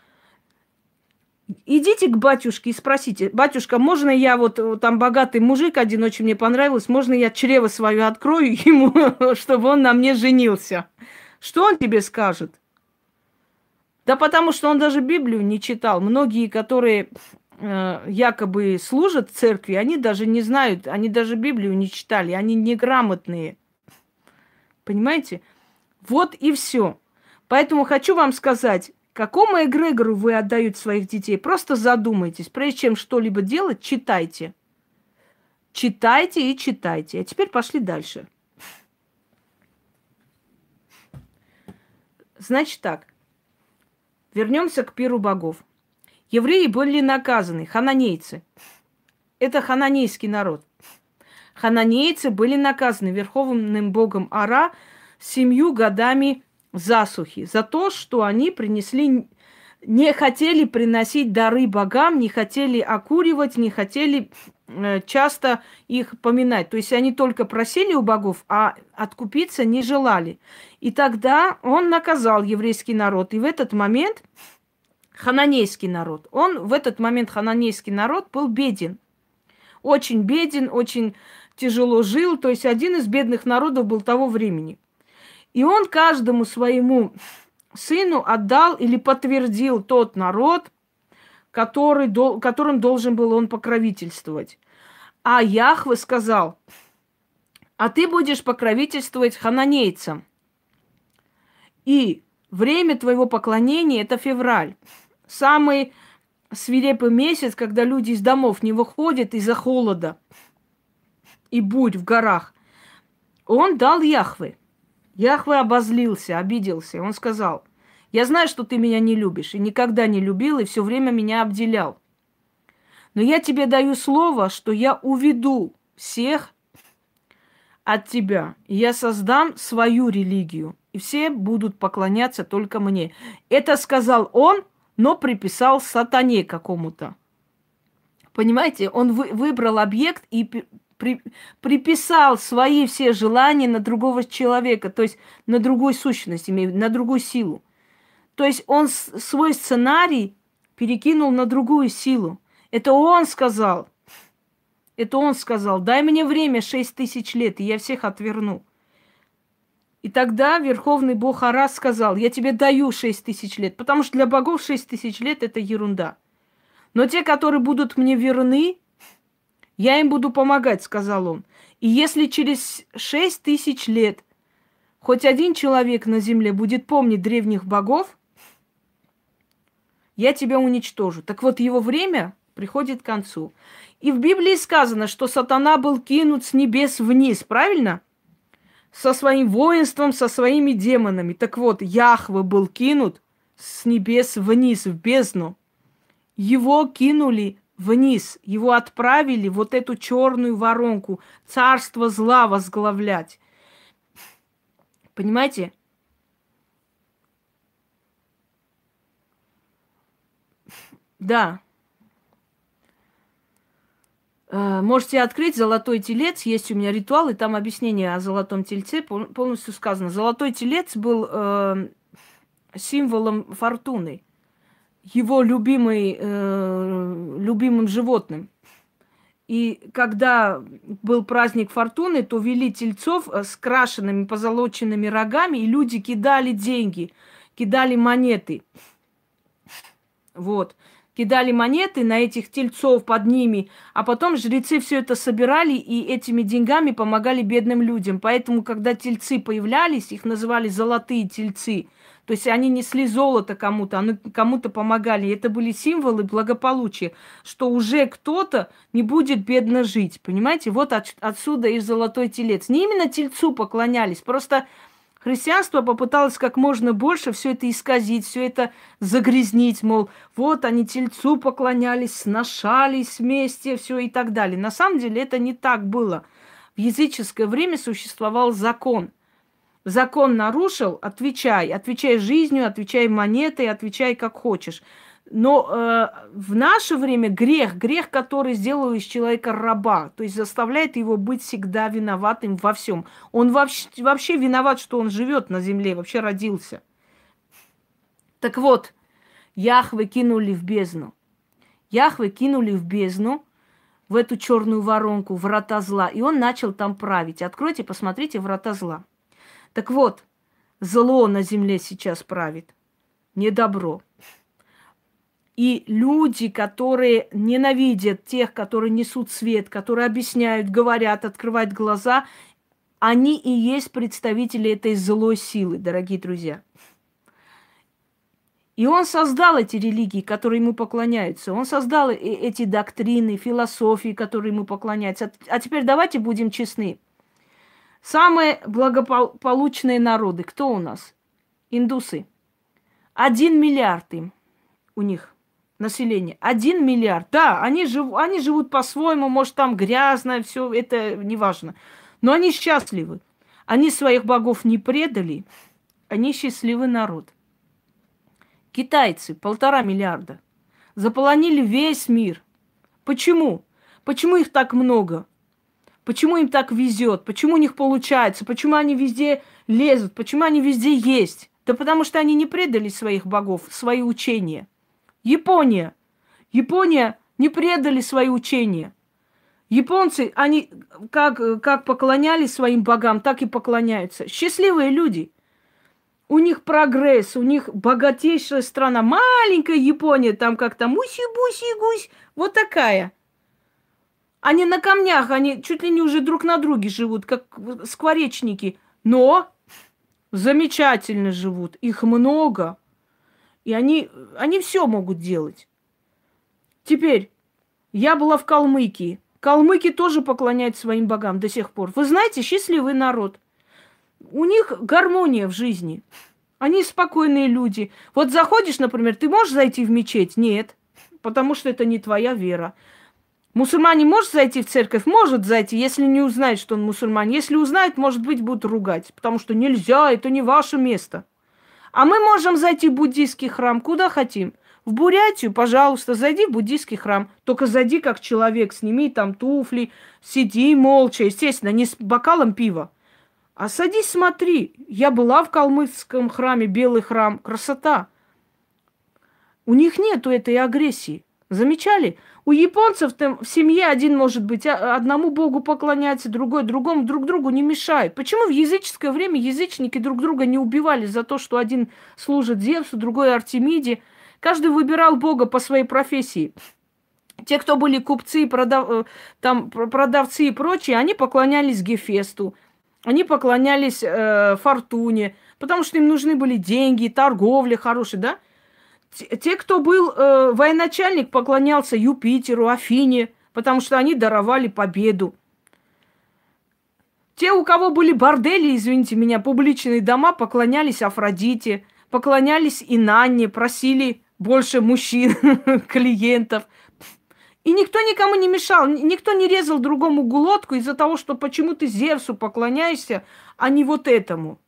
Идите к батюшке и спросите, батюшка, можно я, вот там богатый мужик один очень мне понравился, можно я чрево свое открою ему, чтобы он на мне женился? Что он тебе скажет? Да потому что он даже Библию не читал. Многие, которые э, якобы служат в церкви, они даже не знают, они даже Библию не читали, они неграмотные. Понимаете? Вот и все. Поэтому хочу вам сказать, какому эгрегору вы отдаете своих детей, просто задумайтесь. Прежде чем что-либо делать, читайте. Читайте и читайте. А теперь пошли дальше. Значит так. Вернемся к пиру богов. Евреи были наказаны, хананейцы. Это хананейский народ. Хананейцы были наказаны верховным богом Ара семью годами засухи за то, что они принесли, не хотели приносить дары богам, не хотели окуривать, не хотели э, часто их поминать. То есть они только просили у богов, а откупиться не желали. И тогда он наказал еврейский народ. И в этот момент хананейский народ, он в этот момент хананейский народ был беден. Очень беден, очень тяжело жил. То есть один из бедных народов был того времени. И он каждому своему сыну отдал или подтвердил тот народ, который, которым должен был он покровительствовать. А Яхве сказал: а ты будешь покровительствовать хананейцам. И время твоего поклонения – это февраль. Самый свирепый месяц, когда люди из домов не выходят из-за холода и бурь в горах. Он дал Яхве. Яхве обозлился, обиделся. Он сказал: я знаю, что ты меня не любишь, и никогда не любил, и все время меня обделял. Но я тебе даю слово, что я уведу всех от тебя, и я создам свою религию, и все будут поклоняться только мне. Это сказал он, но приписал сатане какому-то. Понимаете, он вы, выбрал объект и при, приписал свои все желания на другого человека, то есть на другую сущность, на другую силу. То есть он свой сценарий перекинул на другую силу. Это он сказал. Это он сказал: дай мне время шесть тысяч лет, и я всех отверну. И тогда Верховный Бог Ара сказал: я тебе даю шесть тысяч лет, потому что для богов шесть тысяч лет – это ерунда. Но те, которые будут мне верны, я им буду помогать, сказал он. И если через шесть тысяч лет хоть один человек на земле будет помнить древних богов, я тебя уничтожу. Так вот, его время приходит к концу. И в Библии сказано, что сатана был кинут с небес вниз, правильно? Со своим воинством, со своими демонами. Так вот, Яхве был кинут с небес вниз, в бездну. Его кинули вниз, его отправили в вот эту черную воронку, царство зла возглавлять. Понимаете? Да. Можете открыть «Золотой телец». Есть у меня ритуал, и там объяснение о золотом тельце полностью сказано. Золотой телец был э, символом фортуны, его любимый, э, любимым животным. И когда был праздник фортуны, то вели тельцов с крашенными позолоченными рогами, и люди кидали деньги, кидали монеты. Вот. Кидали монеты на этих тельцов под ними, а потом жрецы все это собирали и этими деньгами помогали бедным людям. Поэтому, когда тельцы появлялись, их называли золотые тельцы. То есть они несли золото кому-то, они кому-то помогали. И это были символы благополучия, что уже кто-то не будет бедно жить. Понимаете? Вот от, отсюда и золотой телец. Не именно тельцу поклонялись, просто христианство попыталось как можно больше все это исказить, все это загрязнить, мол, вот они тельцу поклонялись, сношались вместе, все и так далее. На самом деле это не так было. В языческое время существовал закон. Закон нарушил — отвечай. Отвечай жизнью, отвечай монетой, отвечай как хочешь. Но э, в наше время грех, грех, который сделал из человека раба, то есть заставляет его быть всегда виноватым во всем. Он вообще, вообще виноват, что он живет на земле, вообще родился. Так вот, Яхве кинули в бездну. Яхве кинули в бездну, в эту черную воронку, врата зла, и он начал там править. Откройте, посмотрите, врата зла. Так вот, зло на земле сейчас правит, не добро. И люди, которые ненавидят тех, которые несут свет, которые объясняют, говорят, открывают глаза, они и есть представители этой злой силы, дорогие друзья. И он создал эти религии, которые ему поклоняются. Он создал эти доктрины, философии, которые ему поклоняются. А теперь давайте будем честны. Самые благополучные народы, кто у нас? Индусы. Один миллиард им, у них население. Один миллиард. Да, они, жив, они живут по-своему, может, там грязно, все это неважно. Но они счастливы. Они своих богов не предали. Они счастливый народ. Китайцы, полтора миллиарда. Заполонили весь мир. Почему? Почему их так много? Почему им так везет? Почему у них получается? Почему они везде лезут? Почему они везде есть? Да потому что они не предали своих богов, свои учения. Япония. Япония не предали свои учения. Японцы, они как, как поклонялись своим богам, так и поклоняются. Счастливые люди. У них прогресс, у них богатейшая страна. Маленькая Япония, там как-то муси-буси-гусь. Вот такая. Они на камнях, они чуть ли не уже друг на друге живут, как скворечники. Но замечательно живут. Их много. И они, они все могут делать. Теперь, я была в Калмыкии. Калмыки тоже поклоняются своим богам до сих пор. Вы знаете, счастливый народ. У них гармония в жизни. Они спокойные люди. Вот заходишь, например, ты можешь зайти в мечеть? Нет, потому что это не твоя вера. Мусульманин может зайти в церковь? Может зайти, если не узнает, что он мусульманин. Если узнает, может быть, будут ругать, потому что нельзя, это не ваше место. А мы можем зайти в буддийский храм, куда хотим. В Бурятию, пожалуйста, зайди в буддийский храм. Только зайди как человек, сними там туфли, сиди молча, естественно, не с бокалом пива. А садись, смотри. Я была в калмыцком храме, белый храм. Красота. У них нету этой агрессии. Замечали? У японцев там в семье один может быть, одному богу поклоняется, другой другому, друг другу не мешают. Почему в языческое время язычники друг друга не убивали за то, что один служит Зевсу, другой Артемиде? Каждый выбирал бога по своей профессии. Те, кто были купцы, продав... там, продавцы и прочие, они поклонялись Гефесту, они поклонялись э, Фортуне, потому что им нужны были деньги, торговля хорошая, да? Те, кто был э, военачальник, поклонялся Юпитеру, Афине, потому что они даровали победу. Те, у кого были бордели, извините меня, публичные дома, поклонялись Афродите, поклонялись Инанне, просили больше мужчин, клиентов. И никто никому не мешал, никто не резал другому глотку из-за того, что почему ты Зевсу поклоняешься, а не вот этому.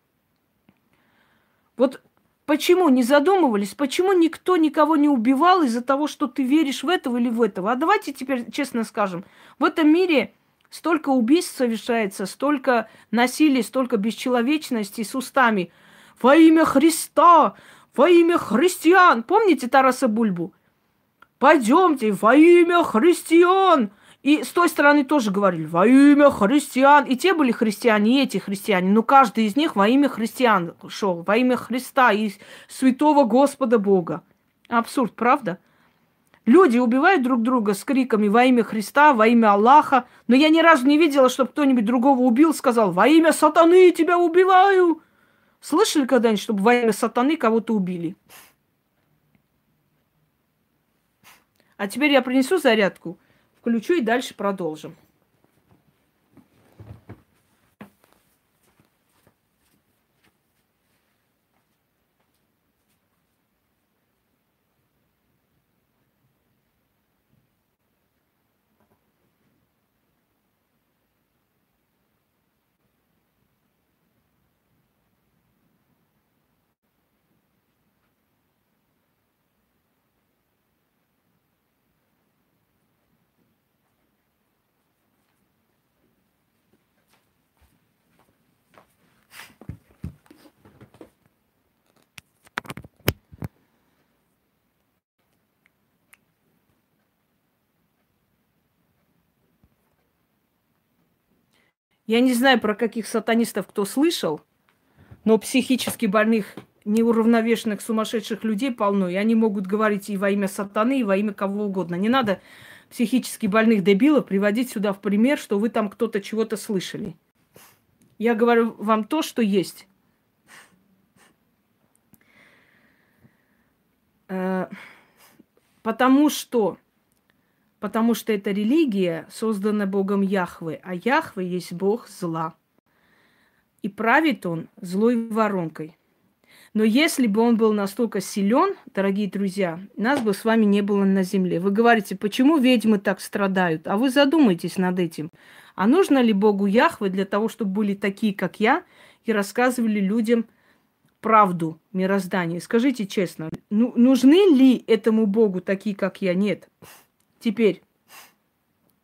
Вот почему не задумывались, почему никто никого не убивал из-за того, что ты веришь в этого или в этого? А давайте теперь честно скажем, в этом мире столько убийств совершается, столько насилия, столько бесчеловечности с устами. Во имя Христа, во имя христиан. Помните Тараса Бульбу? Пойдемте во имя христиан. И с той стороны тоже говорили во имя христиан. И те были христиане, и эти христиане. Но каждый из них во имя христиан шел, во имя Христа и святого Господа Бога. Абсурд, правда? Люди убивают друг друга с криками во имя Христа, во имя Аллаха. Но я ни разу не видела, чтобы кто-нибудь другого убил, сказал во имя сатаны тебя убиваю. Слышали когда-нибудь, чтобы во имя сатаны кого-то убили? А теперь я принесу зарядку, включу и дальше продолжим. Я не знаю, про каких сатанистов кто слышал, но психически больных, неуравновешенных, сумасшедших людей полно. И они могут говорить и во имя сатаны, и во имя кого угодно. Не надо психически больных дебилов приводить сюда в пример, что вы там кто-то чего-то слышали. Я говорю вам то, что есть. Потому что... Потому что эта религия создана Богом Яхве, а Яхве есть Бог зла. И правит он злой воронкой. Но если бы он был настолько силен, дорогие друзья, нас бы с вами не было на земле. Вы говорите, почему ведьмы так страдают? А вы задумайтесь над этим. А нужно ли Богу Яхве для того, чтобы были такие, как я, и рассказывали людям правду мироздания? Скажите честно, ну, нужны ли этому Богу такие, как я? Нет. Теперь,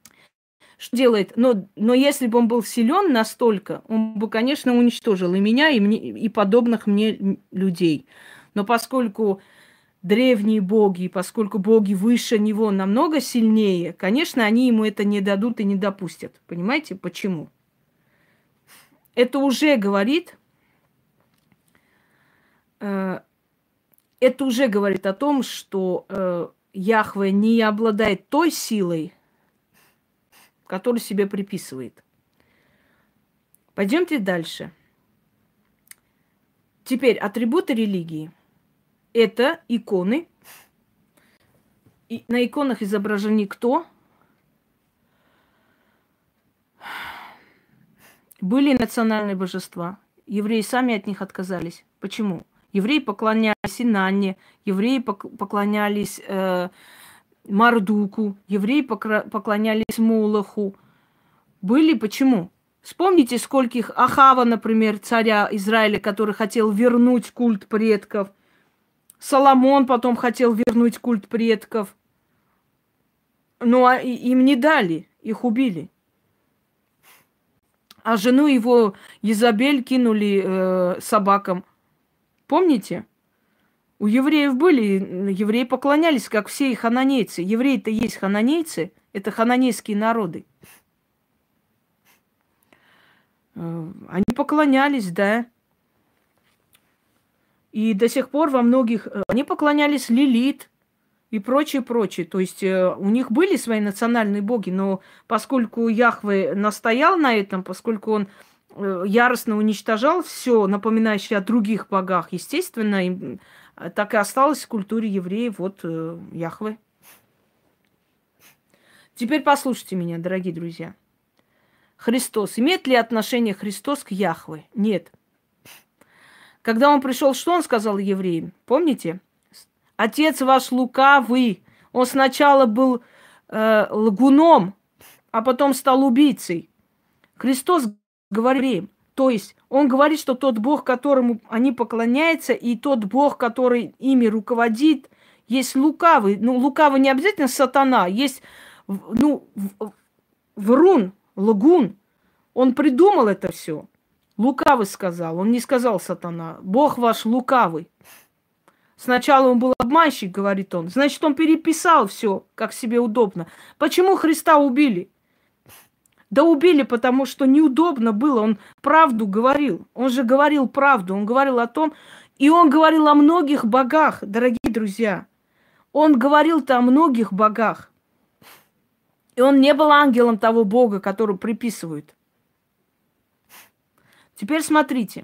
Что делает? Но, но если бы он был силен настолько, он бы, конечно, уничтожил и меня, и, мне, и подобных мне людей. Но поскольку древние боги, поскольку боги выше него намного сильнее, конечно, они ему это не дадут и не допустят. Понимаете, почему? Это уже говорит, э, это уже говорит о том, что э, Яхве не обладает той силой, которую себе приписывает. Пойдемте дальше. Теперь атрибуты религии. Это иконы. И на иконах изображены кто? Были национальные божества. Евреи сами от них отказались. Почему? Евреи поклонялись Инанне, евреи поклонялись э, Мардуку, евреи поклонялись Молоху. Были почему? Вспомните, скольких Ахава, например, царя Израиля, который хотел вернуть культ предков. Соломон потом хотел вернуть культ предков. Но им не дали, их убили. А жену его Изабель кинули э, собакам. Помните? У евреев были, евреи поклонялись, как все и хананейцы. Евреи-то есть хананейцы, это хананейские народы. Э, они поклонялись, да. И до сих пор во многих... Они поклонялись Лилит и прочее, прочее. То есть э, у них были свои национальные боги, но поскольку Яхве настоял на этом, поскольку он э, яростно уничтожал все, напоминающее о других богах, естественно, им, так и осталось в культуре евреев вот э, Яхве. Теперь послушайте меня, дорогие друзья. Христос. Имеет ли отношение Христос к Яхве? Нет. Когда он пришел, что он сказал евреям? Помните? Отец ваш лукавый. Он сначала был э, лгуном, а потом стал убийцей. Христос говорит евреям. То есть он говорит, что тот Бог, которому они поклоняются, и тот Бог, который ими руководит, есть лукавый. Ну, лукавый не обязательно сатана. Есть, ну, врун, лгун. Он придумал это все. Лукавый сказал, он не сказал сатана. Бог ваш лукавый. Сначала он был обманщик, говорит он. Значит, он переписал все, как себе удобно. Почему Христа убили? Да убили, потому что неудобно было. Он правду говорил. Он же говорил правду. Он говорил о том, и он говорил о многих богах, дорогие друзья. Он говорил-то о многих богах. И он не был ангелом того Бога, которого приписывают. Теперь смотрите.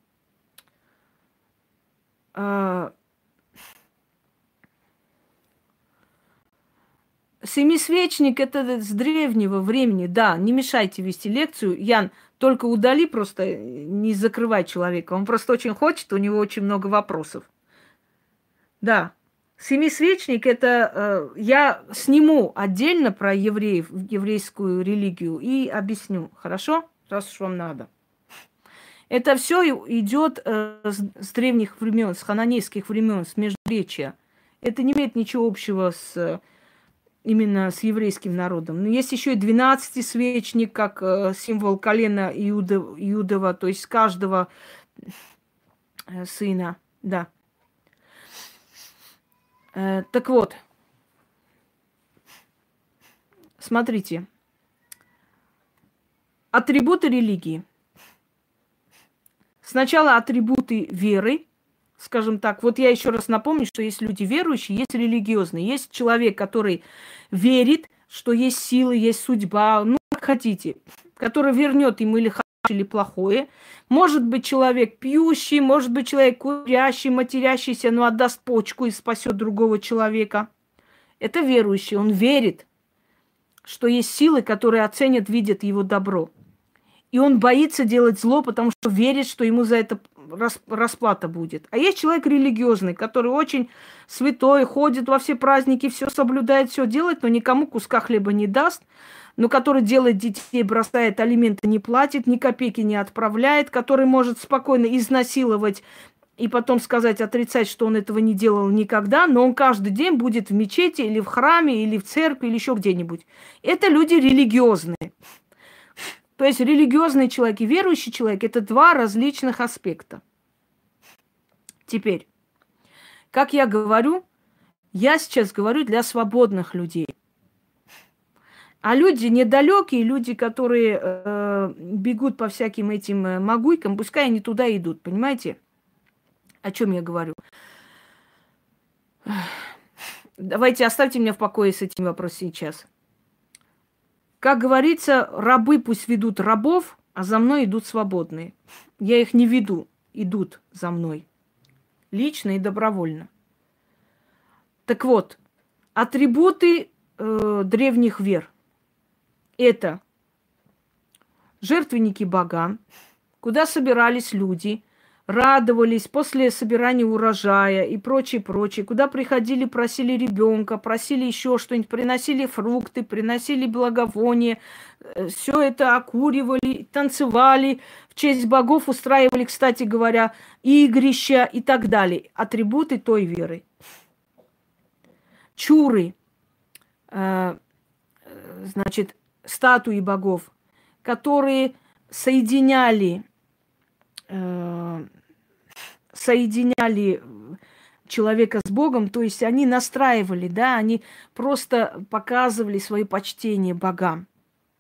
Семисвечник – это с древнего времени. Да, не мешайте вести лекцию. Ян, только удали, просто не закрывай человека. Он просто очень хочет, у него очень много вопросов. Да, семисвечник – это… Э, я сниму отдельно про евреев, еврейскую религию и объясню. Хорошо? Раз уж вам надо. Это все идет э, с, с древних времен, с хананейских времен, с междуречия. Это не имеет ничего общего с… именно с еврейским народом. Но есть еще и двенадцатисвечник, как э, символ колена Иуда, Иудова, то есть каждого э, сына. Да. Э, так вот, смотрите. Атрибуты религии. Сначала атрибуты веры. Скажем так, вот я еще раз напомню, что есть люди верующие, есть религиозные. Есть человек, который верит, что есть силы, есть судьба, ну, как хотите, который вернет ему или хорошее, или плохое. Может быть человек пьющий, может быть человек курящий, матерящийся, но отдаст почку и спасет другого человека. Это верующий, он верит, что есть силы, которые оценят, видят его добро. И он боится делать зло, потому что верит, что ему за это расплата будет. А есть человек религиозный, который очень святой, ходит во все праздники, все соблюдает, все делает, но никому куска хлеба не даст, но который делает детей, бросает, алименты не платит, ни копейки не отправляет, который может спокойно изнасиловать и потом сказать, отрицать, что он этого не делал никогда, но он каждый день будет в мечети или в храме, или в церкви, или еще где-нибудь. Это люди религиозные. То есть религиозный человек и верующий человек – это два различных аспекта. Теперь, как я говорю, я сейчас говорю для свободных людей. А люди недалекие, люди, которые э, бегут по всяким этим э, магуйкам, пускай они туда идут, понимаете? О чем я говорю? Давайте оставьте меня в покое с этим вопросом сейчас. Как говорится, рабы пусть ведут рабов, а за мной идут свободные. Я их не веду, идут за мной. Лично и добровольно. Так вот, атрибуты э, древних вер. Это жертвенники богам, куда собирались люди, радовались после собирания урожая и прочее, прочее, куда приходили, просили ребенка, просили еще что-нибудь, приносили фрукты, приносили благовония, все это окуривали, танцевали, в честь богов устраивали, кстати говоря, игрища и так далее. Атрибуты той веры. Чуры, э, значит, статуи богов, которые соединяли соединяли человека с Богом, то есть они настраивали, да, они просто показывали свое почтение богам.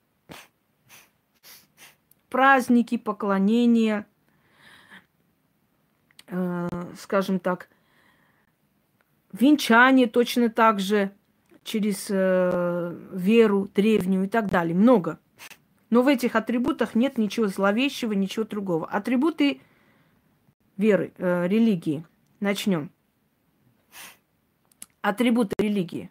Праздники, поклонения, э, скажем так, венчание точно так же через э, веру древнюю и так далее. Много. Но в этих атрибутах нет ничего зловещего, ничего другого. Атрибуты веры, э, религии. Начнем. Атрибуты религии.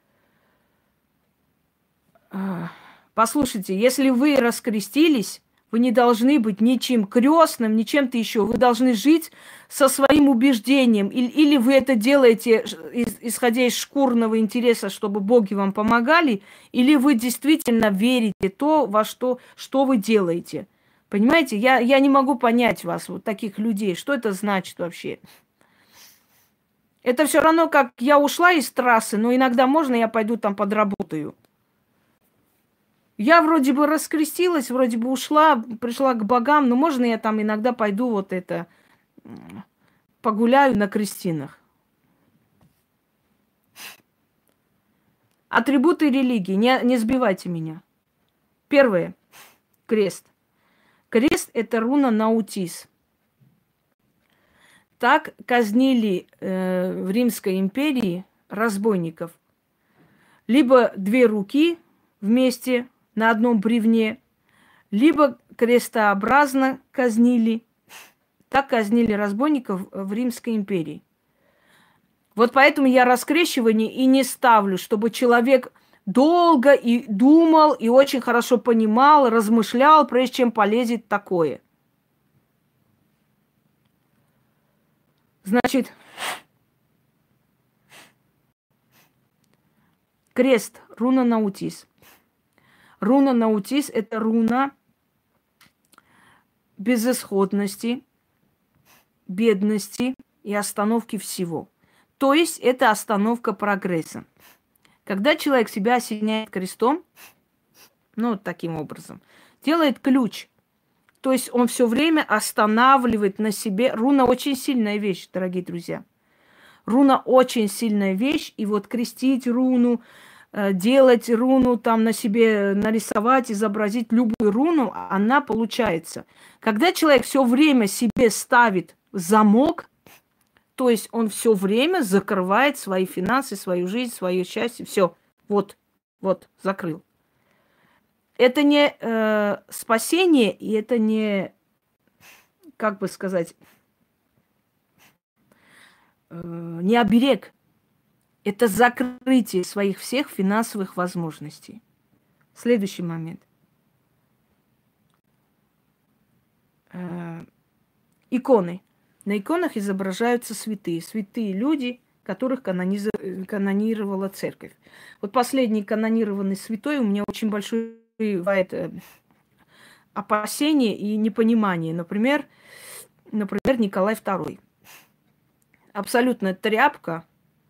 Послушайте, если вы раскрестились, вы не должны быть ничем крестным, ничем-то еще. Вы должны жить со своим убеждением. Или, или вы это делаете, исходя из шкурного интереса, чтобы боги вам помогали, или вы действительно верите то, во что, что вы делаете. Понимаете? Я, я не могу понять вас, вот таких людей. Что это значит вообще? Это все равно, как я ушла из трассы, но иногда можно, я пойду там подработаю. Я вроде бы раскрестилась, вроде бы ушла, пришла к богам, но можно я там иногда пойду вот это, погуляю на крестинах. Атрибуты религии, не, не сбивайте меня. Первое. Крест. Крест – это руна наутис. Так казнили э, в Римской империи разбойников. Либо две руки вместе на одном бревне, либо крестообразно казнили. Так казнили разбойников в Римской империи. Вот поэтому я раскрещивание и не ставлю, чтобы человек долго и думал, и очень хорошо понимал, размышлял, прежде чем полезет такое. Значит, крест, руна наутис. Руна наутис – это руна безысходности, бедности и остановки всего. То есть это остановка прогресса. Когда человек себя осеняет крестом, ну, таким образом, делает ключ. То есть он все время останавливает на себе. Руна очень сильная вещь, дорогие друзья. Руна очень сильная вещь. И вот крестить руну, делать руну, там на себе нарисовать, изобразить любую руну, она получается. Когда человек все время себе ставит замок, то есть он все время закрывает свои финансы, свою жизнь, свое счастье, все, вот, вот, закрыл. Это не э, спасение, и это не, как бы сказать, э, не оберег. Это закрытие своих всех финансовых возможностей. Следующий момент. Э, иконы. На иконах изображаются святые. Святые люди, которых канониз... канонировала церковь. Вот последний канонированный святой у меня очень большое бывает опасение и непонимание. Например, например, Николай второй. абсолютно тряпка,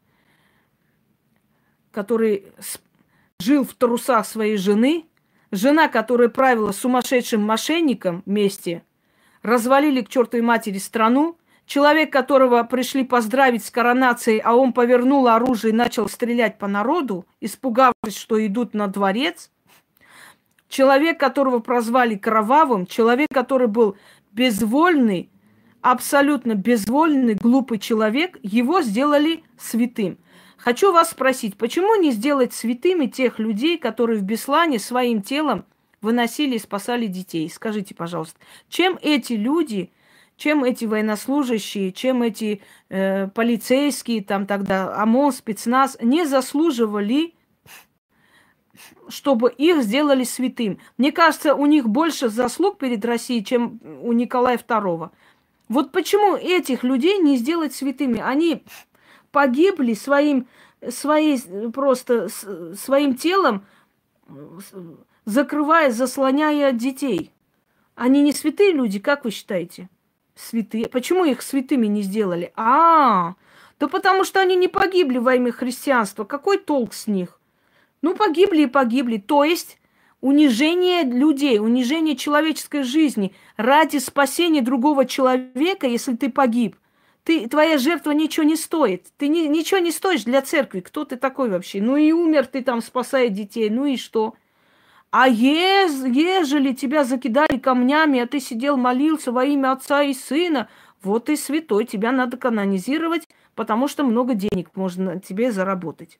который жил в трусах своей жены, жена, которая правила сумасшедшим мошенником вместе, развалили к чертовой матери страну, человек, которого пришли поздравить с коронацией, а он повернул оружие и начал стрелять по народу, испугавшись, что идут на дворец, человек, которого прозвали кровавым, человек, который был безвольный, абсолютно безвольный, глупый человек, его сделали святым. Хочу вас спросить, почему не сделать святыми тех людей, которые в Беслане своим телом выносили и спасали детей? Скажите, пожалуйста, чем эти люди, чем эти военнослужащие, чем эти э, полицейские, там тогда ОМОН, спецназ, не заслуживали, чтобы их сделали святым? Мне кажется, у них больше заслуг перед Россией, чем у Николая второго. Вот почему этих людей не сделать святыми? Они погибли своим, своей, просто своим телом, закрывая, заслоняя детей. Они не святые люди, как вы считаете? Святые. Почему их святыми не сделали? А, да потому что они не погибли во имя христианства. Какой толк с них? Ну, погибли и погибли. То есть унижение людей, унижение человеческой жизни ради спасения другого человека, если ты погиб. Ты, твоя жертва ничего не стоит. Ты ни, ничего не стоишь для церкви. Кто ты такой вообще? Ну и умер ты там, спасая детей. Ну и что? А ез, ежели тебя закидали камнями, а ты сидел, молился во имя Отца и Сына, вот ты святой. Тебя надо канонизировать, потому что много денег можно тебе заработать.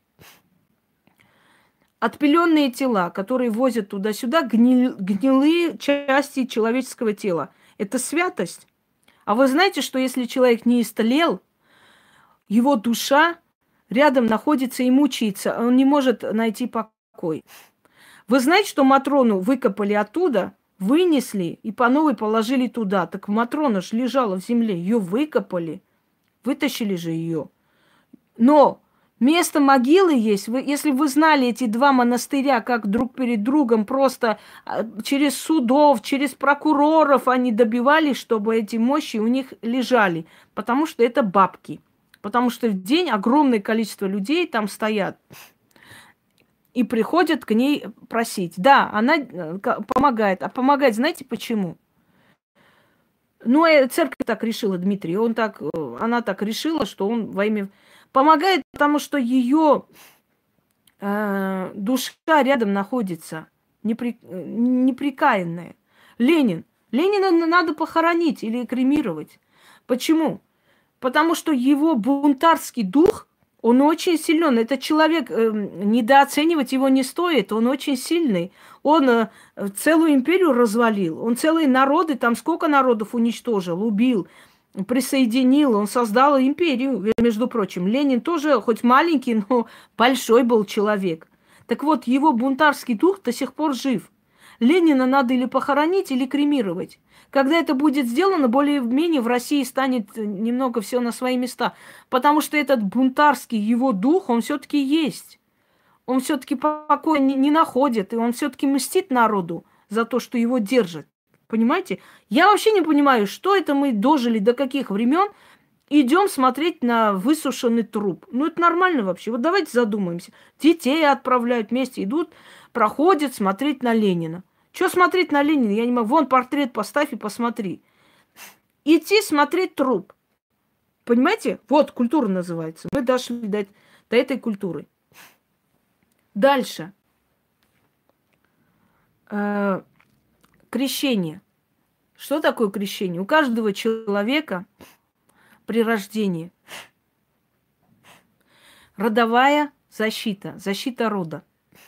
Отпиленные тела, которые возят туда-сюда, гнил, гнилые части человеческого тела. Это святость. А вы знаете, что если человек не истлел, его душа рядом находится и мучается, он не может найти покой. Вы знаете, что Матрону выкопали оттуда, вынесли и по новой положили туда. Так Матрона же лежала в земле, ее выкопали, вытащили же ее. Но место могилы есть. Вы, если вы знали эти два монастыря, как друг перед другом, просто через судов, через прокуроров они добивались, чтобы эти мощи у них лежали. Потому что это бабки. Потому что в день огромное количество людей там стоят и приходят к ней просить. Да, она помогает. А помогает, знаете почему? Ну, церковь так решила, Дмитрий. Он так, она так решила, что он во имя... Помогает, потому что ее э, душа рядом находится, непри, неприкаянная. Ленин. Ленина надо похоронить или кремировать. Почему? Потому что его бунтарский дух, он очень силен. Этот человек, э, недооценивать его не стоит, он очень сильный. Он э, целую империю развалил, он целые народы, там сколько народов уничтожил, убил, присоединил, он создал империю, между прочим. Ленин тоже, хоть маленький, но большой был человек. Так вот, его бунтарский дух до сих пор жив. Ленина надо или похоронить, или кремировать. Когда это будет сделано, более-менее в России станет немного все на свои места. Потому что этот бунтарский его дух, он все-таки есть. Он все-таки покоя не, не находит, и он все-таки мстит народу за то, что его держит. Понимаете? Я вообще не понимаю, что это мы дожили, до каких времен идем смотреть на высушенный труп. Ну, это нормально вообще. Вот давайте задумаемся. Детей отправляют вместе, идут, проходят смотреть на Ленина. Что смотреть на Ленина? Я не могу. Вон портрет поставь и посмотри. Идти смотреть труп. Понимаете? Вот культура называется. Мы дошли до, до этой культуры. Дальше. Э-э- крещение. Что такое крещение? У каждого человека при рождении родовая защита, защита рода.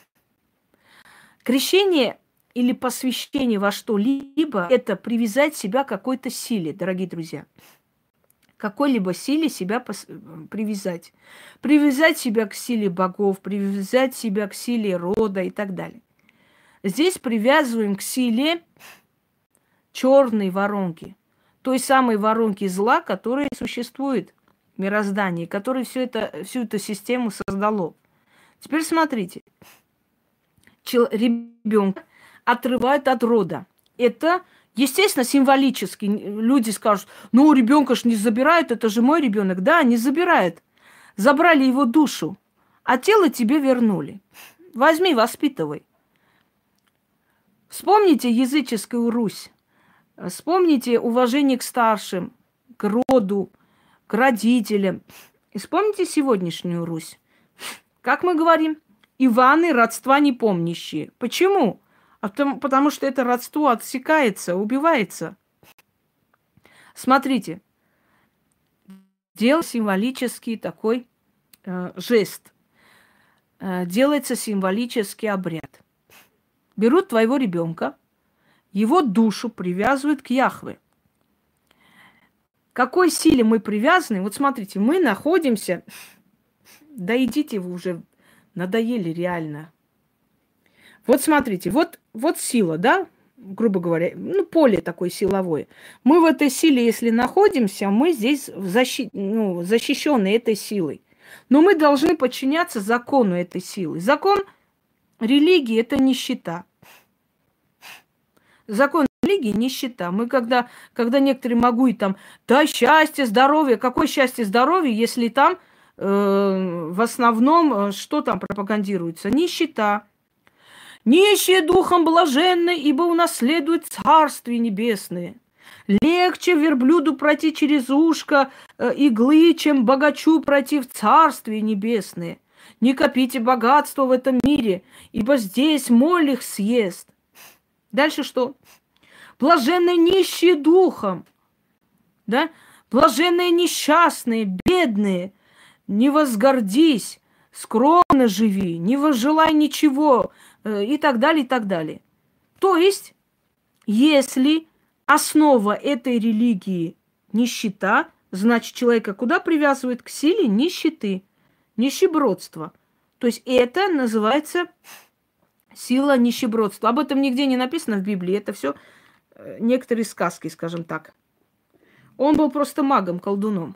Крещение или посвящение во что-либо – это привязать себя к какой-то силе, дорогие друзья. Какой-либо силе себя пос... привязать. Привязать себя к силе богов, привязать себя к силе рода и так далее. Здесь привязываем к силе черной воронки. Той самой воронки зла, которая существует в мироздании, которая всю, это, всю эту систему создало. Теперь смотрите. Чел... Ребенка отрывают от рода. Это Естественно, символически люди скажут, ну, ребенка ж не забирают, это же мой ребенок. Да, не забирают. Забрали его душу, а тело тебе вернули. Возьми, воспитывай. Вспомните языческую Русь. Вспомните уважение к старшим, к роду, к родителям. И вспомните сегодняшнюю Русь. Как мы говорим, Иваны родства не помнящие. Почему? А потому, потому что это родство отсекается, убивается. Смотрите, делал символический такой э, жест. Э, делается символический обряд. Берут твоего ребенка, его душу привязывают к Яхве. К какой силе мы привязаны? Вот смотрите, мы находимся... Да идите вы уже, надоели реально. Вот смотрите, вот, вот сила, да, грубо говоря, ну, поле такое силовое. Мы в этой силе, если находимся, мы здесь защи... ну, защищены этой силой. Но мы должны подчиняться закону этой силы. Закон религии – это нищета. Закон религии – нищета. Мы когда, когда некоторые могут там, да, счастье, здоровье. Какое счастье, здоровье, если там э, в основном, э, что там пропагандируется? Нищета. Нищие духом блаженны, ибо унаследуют царствие небесное. Легче верблюду пройти через ушко э, иглы, чем богачу пройти в царствие небесное. Не копите богатство в этом мире, ибо здесь моль их съест. Дальше что? Блаженные нищие духом, да? Блаженные несчастные, бедные, не возгордись, скромно живи, не возжелай ничего, э, и так далее, и так далее. То есть, если основа этой религии нищета, значит, человека куда привязывают? К силе нищеты, нищебродства. То есть это называется сила нищебродства. Об этом нигде не написано в Библии. Это все некоторые сказки, скажем так. Он был просто магом, колдуном.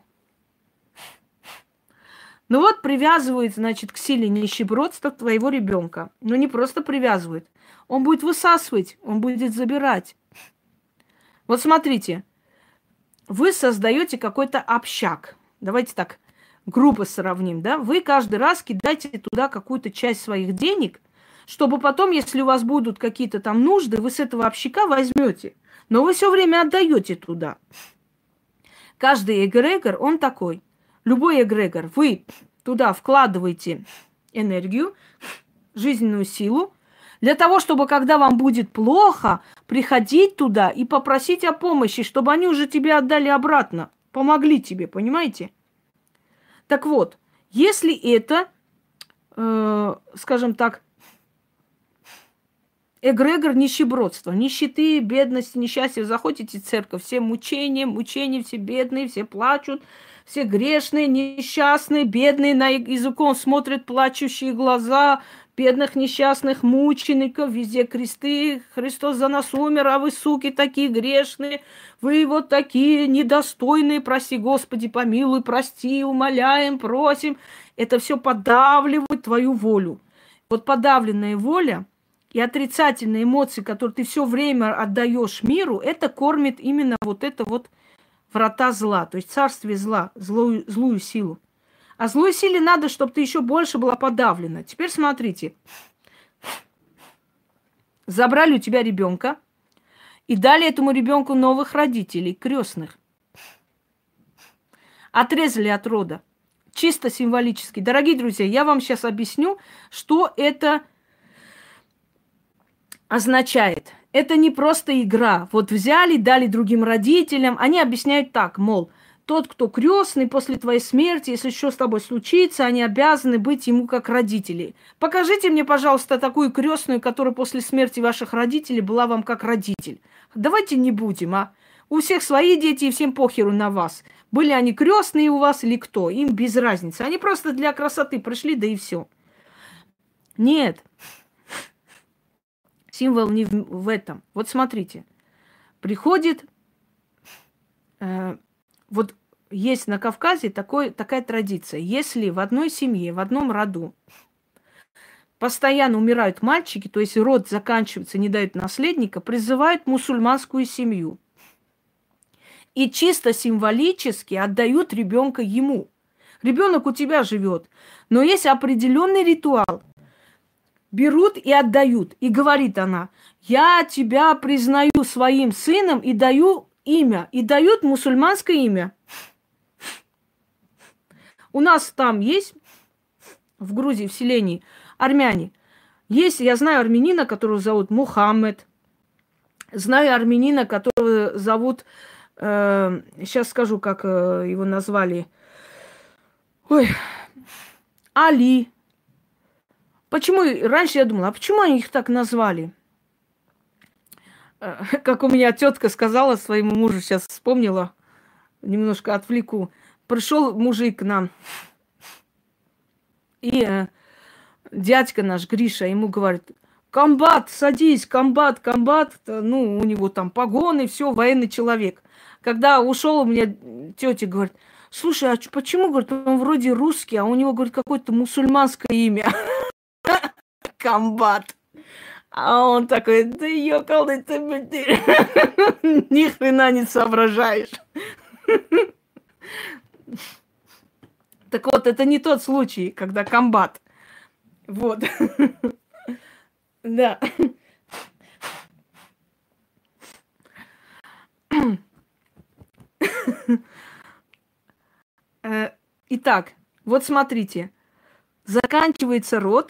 Ну вот привязывают, значит, к силе нищебродства твоего ребенка. Но не просто привязывают. Он будет высасывать, он будет забирать. Вот смотрите, вы создаете какой-то общак. Давайте так грубо сравним, да? Вы каждый раз кидаете туда какую-то часть своих денег, чтобы потом, если у вас будут какие-то там нужды, вы с этого общака возьмете. Но вы все время отдаете туда. Каждый эгрегор, он такой. Любой эгрегор, вы туда вкладываете энергию, жизненную силу, для того, чтобы, когда вам будет плохо, приходить туда и попросить о помощи, чтобы они уже тебе отдали обратно, помогли тебе, понимаете? Так вот, если это, э, скажем так, эгрегор нищебродства, нищеты, бедности, несчастья, вы заходите в церковь, все мучения, мучения, все бедные, все плачут, все грешные, несчастные, бедные, на языком смотрят плачущие глаза, бедных несчастных мучеников, везде кресты, Христос за нас умер, а вы, суки, такие грешные, вы вот такие недостойные, прости, Господи, помилуй, прости, умоляем, просим. Это все подавливает твою волю. Вот подавленная воля и отрицательные эмоции, которые ты все время отдаешь миру, это кормит именно вот это вот врата зла, то есть царствие зла, злую, злую силу. А злой силе надо, чтобы ты еще больше была подавлена. Теперь смотрите. Забрали у тебя ребенка и дали этому ребенку новых родителей, крестных. Отрезали от рода. Чисто символически. Дорогие друзья, я вам сейчас объясню, что это означает. Это не просто игра. Вот взяли, дали другим родителям. Они объясняют так, мол, тот, кто крестный, после твоей смерти, если что с тобой случится, они обязаны быть ему как родители. Покажите мне, пожалуйста, такую крестную, которая после смерти ваших родителей была вам как родитель. Давайте не будем, а. У всех свои дети, и всем похеру на вас. Были они крестные у вас или кто, им без разницы. Они просто для красоты пришли, да и все. Нет. Символ не в, в этом. Вот смотрите. Приходит... Э, Вот есть на Кавказе такой, такая традиция. Если в одной семье, в одном роду постоянно умирают мальчики, то есть род заканчивается, не дают наследника, призывают мусульманскую семью. И чисто символически отдают ребенка ему. Ребенок у тебя живет, но есть определенный ритуал. Берут и отдают. И говорит она: я тебя признаю своим сыном и даю имя. И дают мусульманское имя. У нас там есть, в Грузии, в селении, армяне. Есть, я знаю армянина, которого зовут Мухаммед. Знаю армянина, которого зовут, э, сейчас скажу, как э, его назвали. Ой, Али. Почему? Раньше я думала, а почему они их так назвали? Э, как у меня тетка сказала своему мужу, сейчас вспомнила, немножко отвлеку. Пришел мужик к нам. И э, дядька наш, Гриша, ему говорит: комбат, садись, комбат, комбат. Ну, у него там погоны, все, военный человек. Когда ушел, у меня тетя говорит: слушай, а почему, говорит, он вроде русский, а у него, говорит, какое-то мусульманское имя? Комбат. А он такой: да ёкалный ты, ни хрена не соображаешь. Так вот, это не тот случай, когда комбат. Вот. Да. Итак, вот смотрите. Заканчивается род.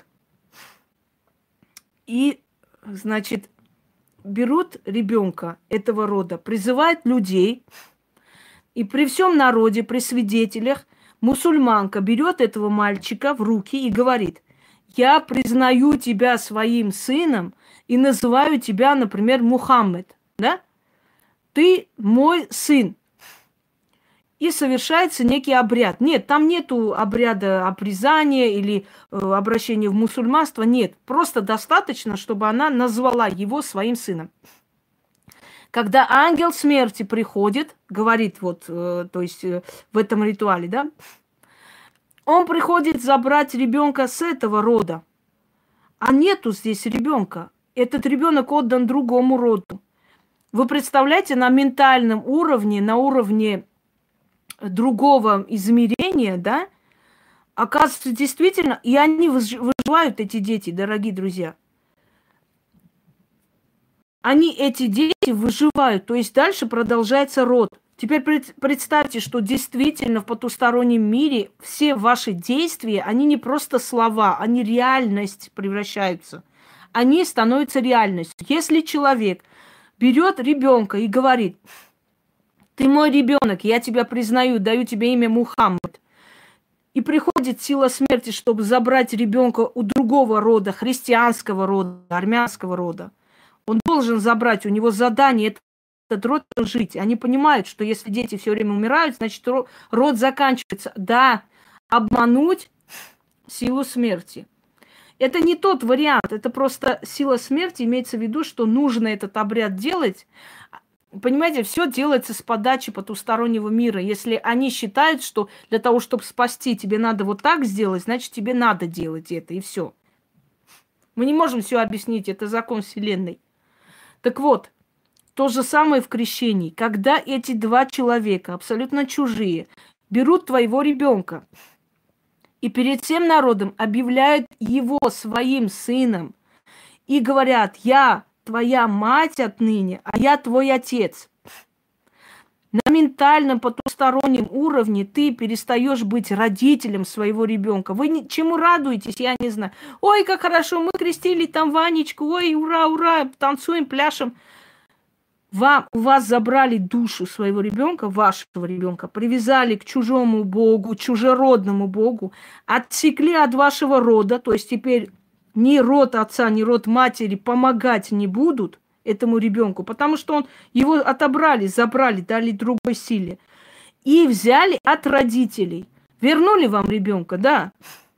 И, значит, берут ребенка этого рода, призывают людей. И при всем народе, при свидетелях, мусульманка берет этого мальчика в руки и говорит: я признаю тебя своим сыном и называю тебя, например, Мухаммед, да? Ты мой сын. И совершается некий обряд. Нет, там нету обряда обрезания или э, обращения в мусульманство. Нет, просто достаточно, чтобы она назвала его своим сыном. Когда ангел смерти приходит, говорит вот, э, то есть э, в этом ритуале, да, он приходит забрать ребенка с этого рода, а нету здесь ребенка. Этот ребенок отдан другому роду. Вы представляете, на ментальном уровне, на уровне другого измерения, да, оказывается, действительно, и они выживают, эти дети, дорогие друзья. Они, эти дети, выживают, то есть дальше продолжается род. Теперь представьте, что действительно в потустороннем мире все ваши действия, они не просто слова, они реальность превращаются. Они становятся реальностью. Если человек берет ребенка и говорит: ты мой ребенок, я тебя признаю, даю тебе имя Мухаммед. И приходит сила смерти, чтобы забрать ребенка у другого рода, христианского рода, армянского рода. Он должен забрать, у него задание этот род жить. Они понимают, что если дети все время умирают, значит род заканчивается. Да, обмануть силу смерти. Это не тот вариант, это просто сила смерти, имеется в виду, что нужно этот обряд делать. Понимаете, все делается с подачи потустороннего мира. Если они считают, что для того, чтобы спасти, тебе надо вот так сделать, значит, тебе надо делать это, и все. Мы не можем все объяснить, это закон Вселенной. Так вот, то же самое в крещении. Когда эти два человека, абсолютно чужие, берут твоего ребенка и перед всем народом объявляют его своим сыном и говорят: я твоя мать отныне, а я твой отец. На ментальном потустороннем уровне ты перестаешь быть родителем своего ребенка. Вы ни, чему радуетесь, я не знаю. Ой, как хорошо, мы крестили там Ванечку, ой, ура, ура, танцуем, пляшем. Вам, у вас забрали душу своего ребенка, вашего ребенка, привязали к чужому богу, чужеродному богу, отсекли от вашего рода, то есть теперь ни род отца, ни род матери помогать не будут этому ребенку, потому что он, его отобрали, забрали, дали другой силе. И взяли от родителей. Вернули вам ребенка, да.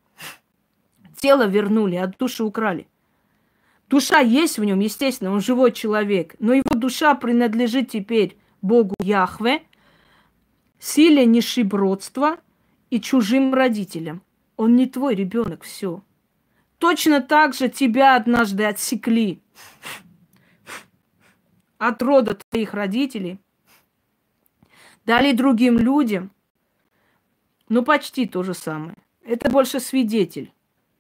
Тело вернули, от души украли. Душа есть в нем, естественно, он живой человек, но его душа принадлежит теперь Богу Яхве, силе нишибродства и чужим родителям. Он не твой ребенок, все. Точно так же тебя однажды отсекли от рода твоих родителей, дали другим людям, ну почти то же самое. Это больше свидетель.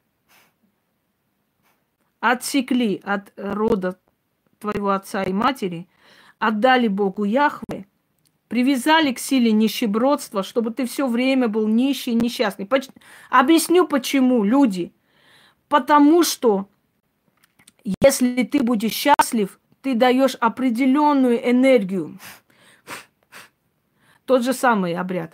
Отсекли от рода твоего отца и матери, отдали Богу Яхве, привязали к силе нищебродства, чтобы ты все время был нищий и несчастный. Поч- Объясню почему, люди. Потому что если ты будешь счастлив, ты даешь определенную энергию. Тот же самый обряд.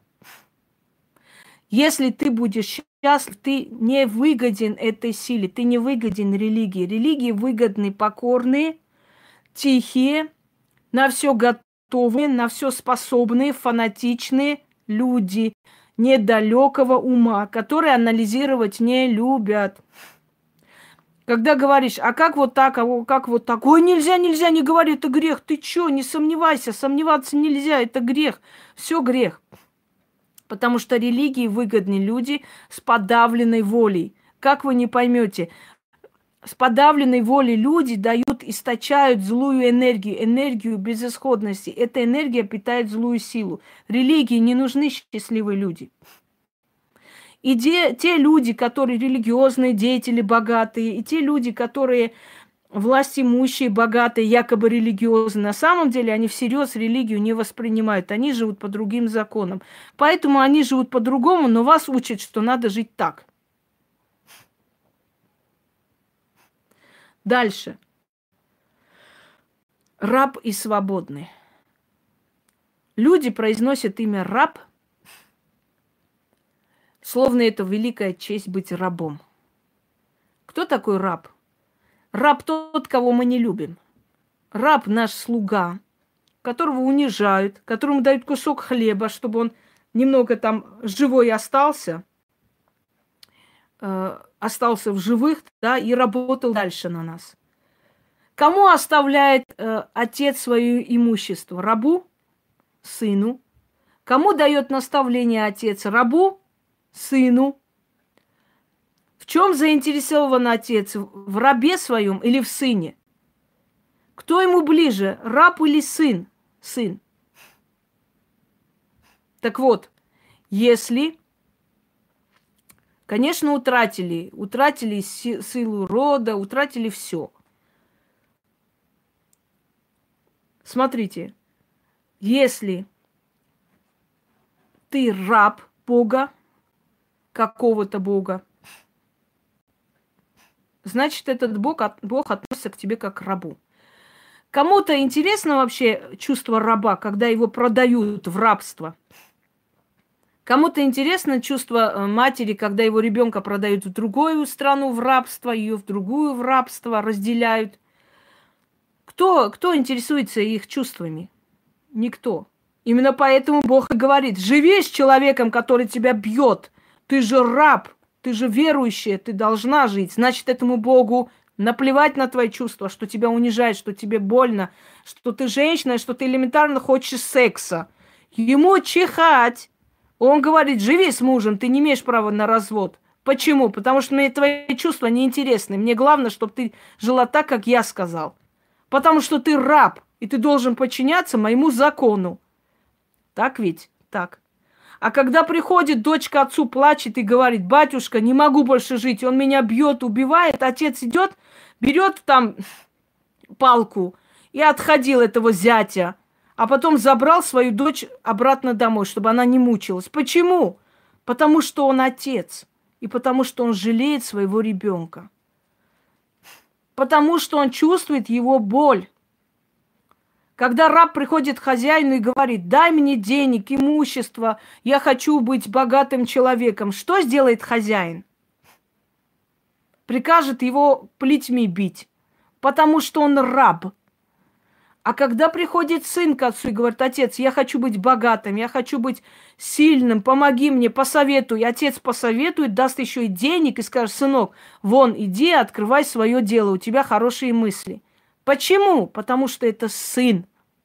Если ты будешь счастлив, ты не выгоден этой силе, ты не выгоден религии. Религии выгодны покорные, тихие, на все готовые, на все способные, фанатичные люди недалекого ума, которые анализировать не любят. Когда говоришь, а как вот так, а как вот так? Ой, нельзя, нельзя, не говори, это грех. Ты чё, не сомневайся, сомневаться нельзя, это грех. Все грех. Потому что религии выгодны люди с подавленной волей. Как вы не поймете, с подавленной волей люди дают, источают злую энергию, энергию безысходности. Эта энергия питает злую силу. Религии не нужны счастливые люди. И те, те люди, которые религиозные деятели, богатые, и те люди, которые власть имущие, богатые, якобы религиозные, на самом деле они всерьез религию не воспринимают. Они живут по другим законам. Поэтому они живут по-другому, но вас учат, что надо жить так. Дальше. Раб и свободный. Люди произносят имя раб, словно это великая честь быть рабом. Кто такой раб? Раб тот, кого мы не любим. Раб наш слуга, которого унижают, которому дают кусок хлеба, чтобы он немного там живой остался, э, остался в живых, да, и работал дальше на нас. Кому оставляет э, отец свое имущество? Рабу? Сыну. Кому дает наставление отец? Рабу? Сыну. В чем заинтересован отец? В рабе своем или в сыне? Кто ему ближе, раб или сын? Сын. Так вот, если, конечно, утратили, утратили си- силу рода, утратили все. Смотрите, если ты раб Бога, какого-то Бога, значит, этот Бог, Бог относится к тебе как к рабу. Кому-то интересно вообще чувство раба, когда его продают в рабство? Кому-то интересно чувство матери, когда его ребенка продают в другую страну в рабство, ее в другую в рабство разделяют? Кто, кто интересуется их чувствами? Никто. Именно поэтому Бог и говорит, живи с человеком, который тебя бьет. Ты же раб, ты же верующая, ты должна жить. Значит, этому Богу наплевать на твои чувства, что тебя унижает, что тебе больно, что ты женщина, что ты элементарно хочешь секса. Ему чихать. Он говорит, живи с мужем, ты не имеешь права на развод. Почему? Потому что мне твои чувства неинтересны. Мне главное, чтобы ты жила так, как я сказал. Потому что ты раб, и ты должен подчиняться моему закону. Так ведь? Так. А когда приходит дочка отцу, плачет и говорит, батюшка, не могу больше жить, он меня бьет, убивает, отец идет, берет там палку и отходил этого зятя, а потом забрал свою дочь обратно домой, чтобы она не мучилась. Почему? Потому что он отец, и потому что он жалеет своего ребенка. Потому что он чувствует его боль. Когда раб приходит к хозяину и говорит, дай мне денег, имущество, я хочу быть богатым человеком, что сделает хозяин? Прикажет его плетьми бить, потому что он раб. А когда приходит сын к отцу и говорит, отец, я хочу быть богатым, я хочу быть сильным, помоги мне, посоветуй. И отец посоветует, даст еще и денег и скажет, сынок, вон, иди, открывай свое дело, у тебя хорошие мысли. Почему? Потому что это сын.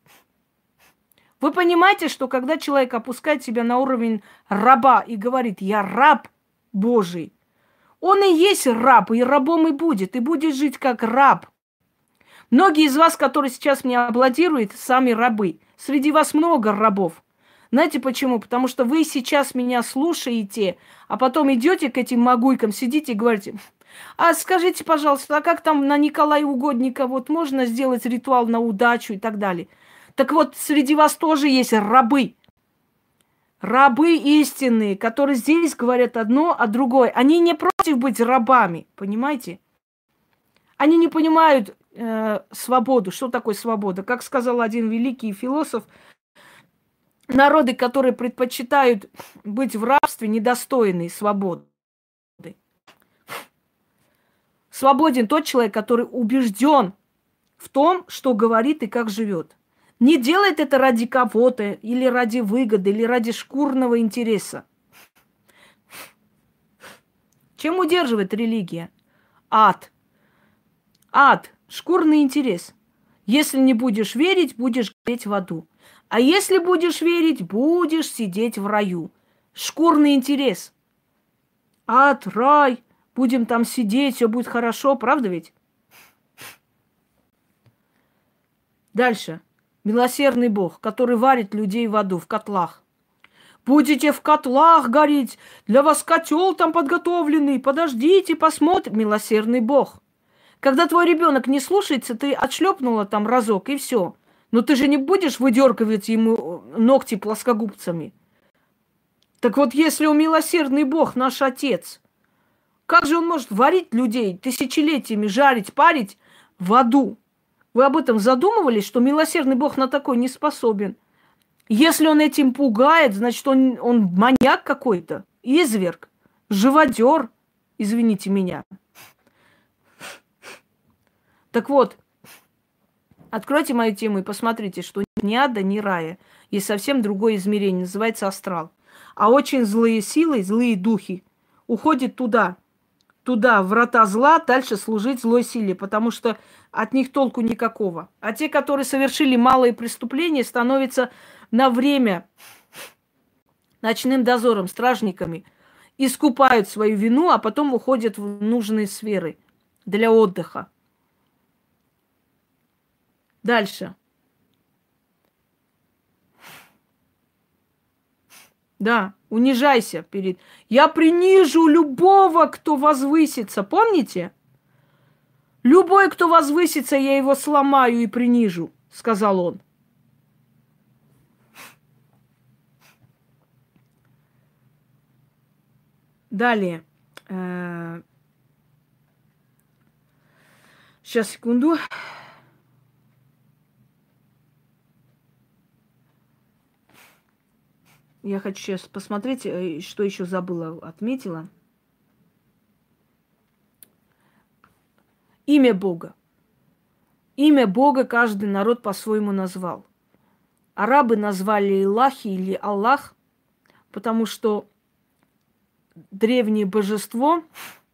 Вы понимаете, что когда человек опускает себя на уровень раба и говорит, я раб Божий, Он и есть раб, и рабом и будет, и будет жить как раб. Многие из вас, которые сейчас меня аплодируют, сами рабы. Среди вас много рабов. Знаете почему? Потому что вы сейчас меня слушаете, а потом идете к этим могуйкам, сидите и говорите: а скажите, пожалуйста, а как там на Николая Угодника вот можно сделать ритуал на удачу и так далее? Так вот, среди вас тоже есть рабы. Рабы истинные, которые здесь говорят одно, а другое. Они не против быть рабами, понимаете? Они не понимают э, свободу. Что такое свобода? Как сказал один великий философ, народы, которые предпочитают быть в рабстве, недостойны свободы. Свободен тот человек, который убежден в том, что говорит и как живет. Не делает это ради кого-то, или ради выгоды, или ради шкурного интереса. Чем удерживает религия? Ад. Ад. Шкурный интерес. Если не будешь верить, будешь гореть в аду. А если будешь верить, будешь сидеть в раю. Шкурный интерес. Ад, рай. Будем там сидеть, все будет хорошо, правда ведь? Дальше. Милосердный Бог, который варит людей в аду, в котлах. Будете в котлах гореть, для вас котел там подготовленный, подождите, посмотрим. Милосердный Бог. Когда твой ребенок не слушается, ты отшлепнула там разок и все. Но ты же не будешь выдергивать ему ногти плоскогубцами. Так вот, если он милосердный Бог, наш Отец, как же он может варить людей тысячелетиями, жарить, парить в аду? Вы об этом задумывались, что милосердный Бог на такой не способен? Если он этим пугает, значит, он, он маньяк какой-то, изверг, живодер, извините меня. Так вот, откройте мою тему и посмотрите, что ни ада, ни рая. Есть совсем другое измерение, называется астрал. А очень злые силы, злые духи уходят туда, туда, в врата зла, дальше служить злой силе, потому что от них толку никакого. А те, которые совершили малые преступления, становятся на время ночным дозором, стражниками, искупают свою вину, а потом уходят в нужные сферы для отдыха. Дальше. Да, унижайся перед... Я принижу любого, кто возвысится. Помните? Любой, кто возвысится, я его сломаю и принижу, сказал он. Далее. Сейчас, секунду. Я хочу сейчас посмотреть, что еще забыла, отметила. Имя Бога. Имя Бога каждый народ по-своему назвал. Арабы назвали Илахи или Аллах, потому что древнее божество,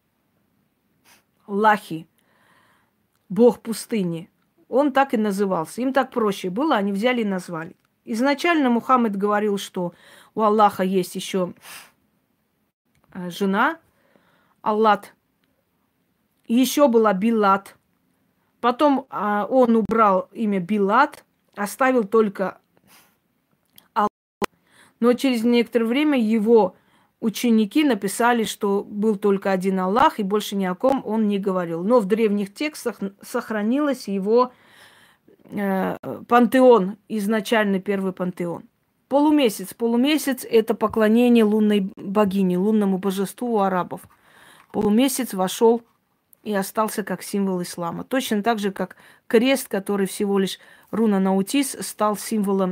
Лахи, бог пустыни, он так и назывался. Им так проще было, они взяли и назвали. Изначально Мухаммед говорил, что у Аллаха есть еще жена, Аллат, еще была Билат. Потом а, он убрал имя Билат, оставил только Аллах. Но через некоторое время его ученики написали, что был только один Аллах, и больше ни о ком он не говорил. Но в древних текстах сохранилось его э, пантеон, изначально первый пантеон. Полумесяц. Полумесяц – это поклонение лунной богине, лунному божеству у арабов. Полумесяц вошел и остался как символ ислама. Точно так же, как крест, который всего лишь руна наутис, стал символом,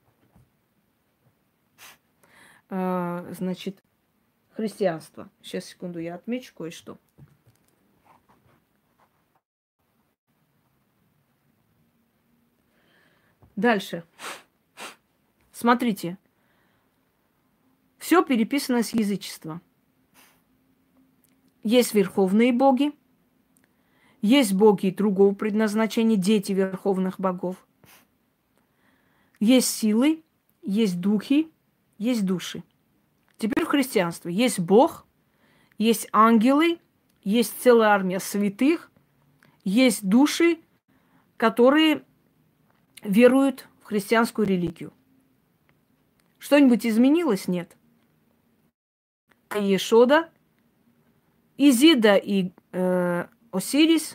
э, значит, христианства. Сейчас, секунду, я отмечу кое-что. Дальше. Смотрите. Все переписано с язычества. Есть верховные боги, есть боги другого предназначения, дети верховных богов. Есть силы, есть духи, есть души. Теперь в христианстве есть Бог, есть ангелы, есть целая армия святых, есть души, которые веруют в христианскую религию. Что-нибудь изменилось? Нет. Ешода, Изида и э, Осирис,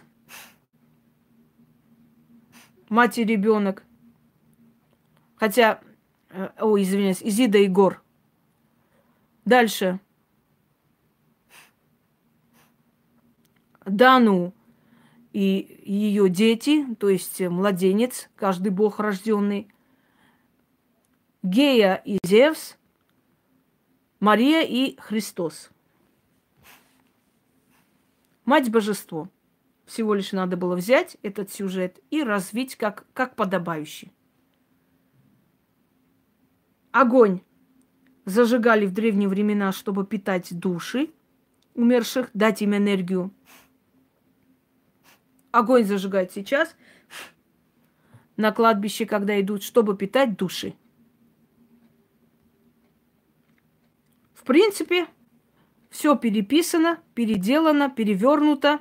мать и ребенок. Хотя, э, ой, извиняюсь, Изида и Гор. Дальше. Дану и ее дети, то есть младенец, каждый бог рожденный. Гея и Зевс, Мария и Христос. Мать-божество. Всего лишь надо было взять этот сюжет и развить как, как подобающий. Огонь зажигали в древние времена, чтобы питать души умерших, дать им энергию. Огонь зажигают сейчас на кладбище, когда идут, чтобы питать души. В принципе, все переписано, переделано, перевернуто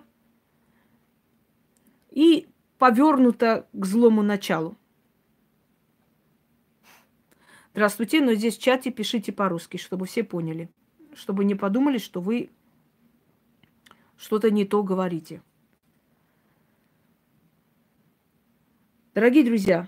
и повернуто к злому началу. Здравствуйте, но здесь в чате пишите по-русски, чтобы все поняли. Чтобы не подумали, что вы что-то не то говорите. Дорогие друзья,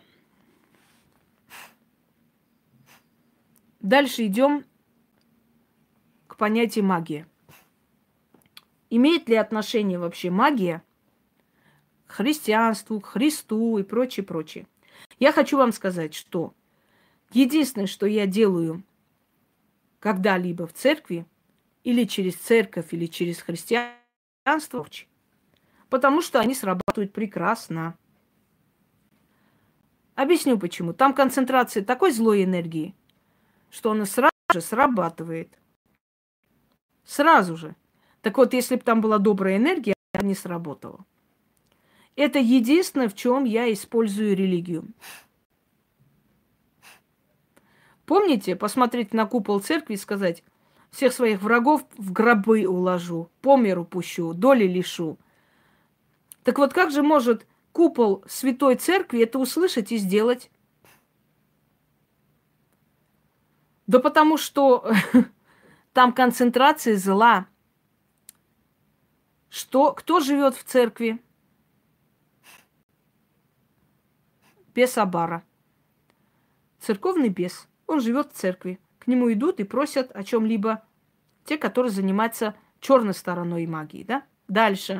дальше идем к понятию магия. Имеет ли отношение вообще магия к христианству, к Христу и прочее, прочее? Я хочу вам сказать, что единственное, что я делаю когда-либо в церкви, или через церковь, или через христианство, потому что они срабатывают прекрасно. Объясню почему. Там концентрация такой злой энергии, что она сразу же срабатывает. Сразу же. Так вот, если бы там была добрая энергия, она не сработала. Это единственное, в чем я использую религию. Помните, посмотреть на купол церкви и сказать: всех своих врагов в гробы уложу, по миру пущу, доли лишу. Так вот, как же может купол Святой Церкви это услышать и сделать? Да потому что там концентрация зла. Что, кто живет в церкви? Бес Абара. Церковный бес. Он живет в церкви. К нему идут и просят о чем-либо те, которые занимаются черной стороной магии. Да? Дальше.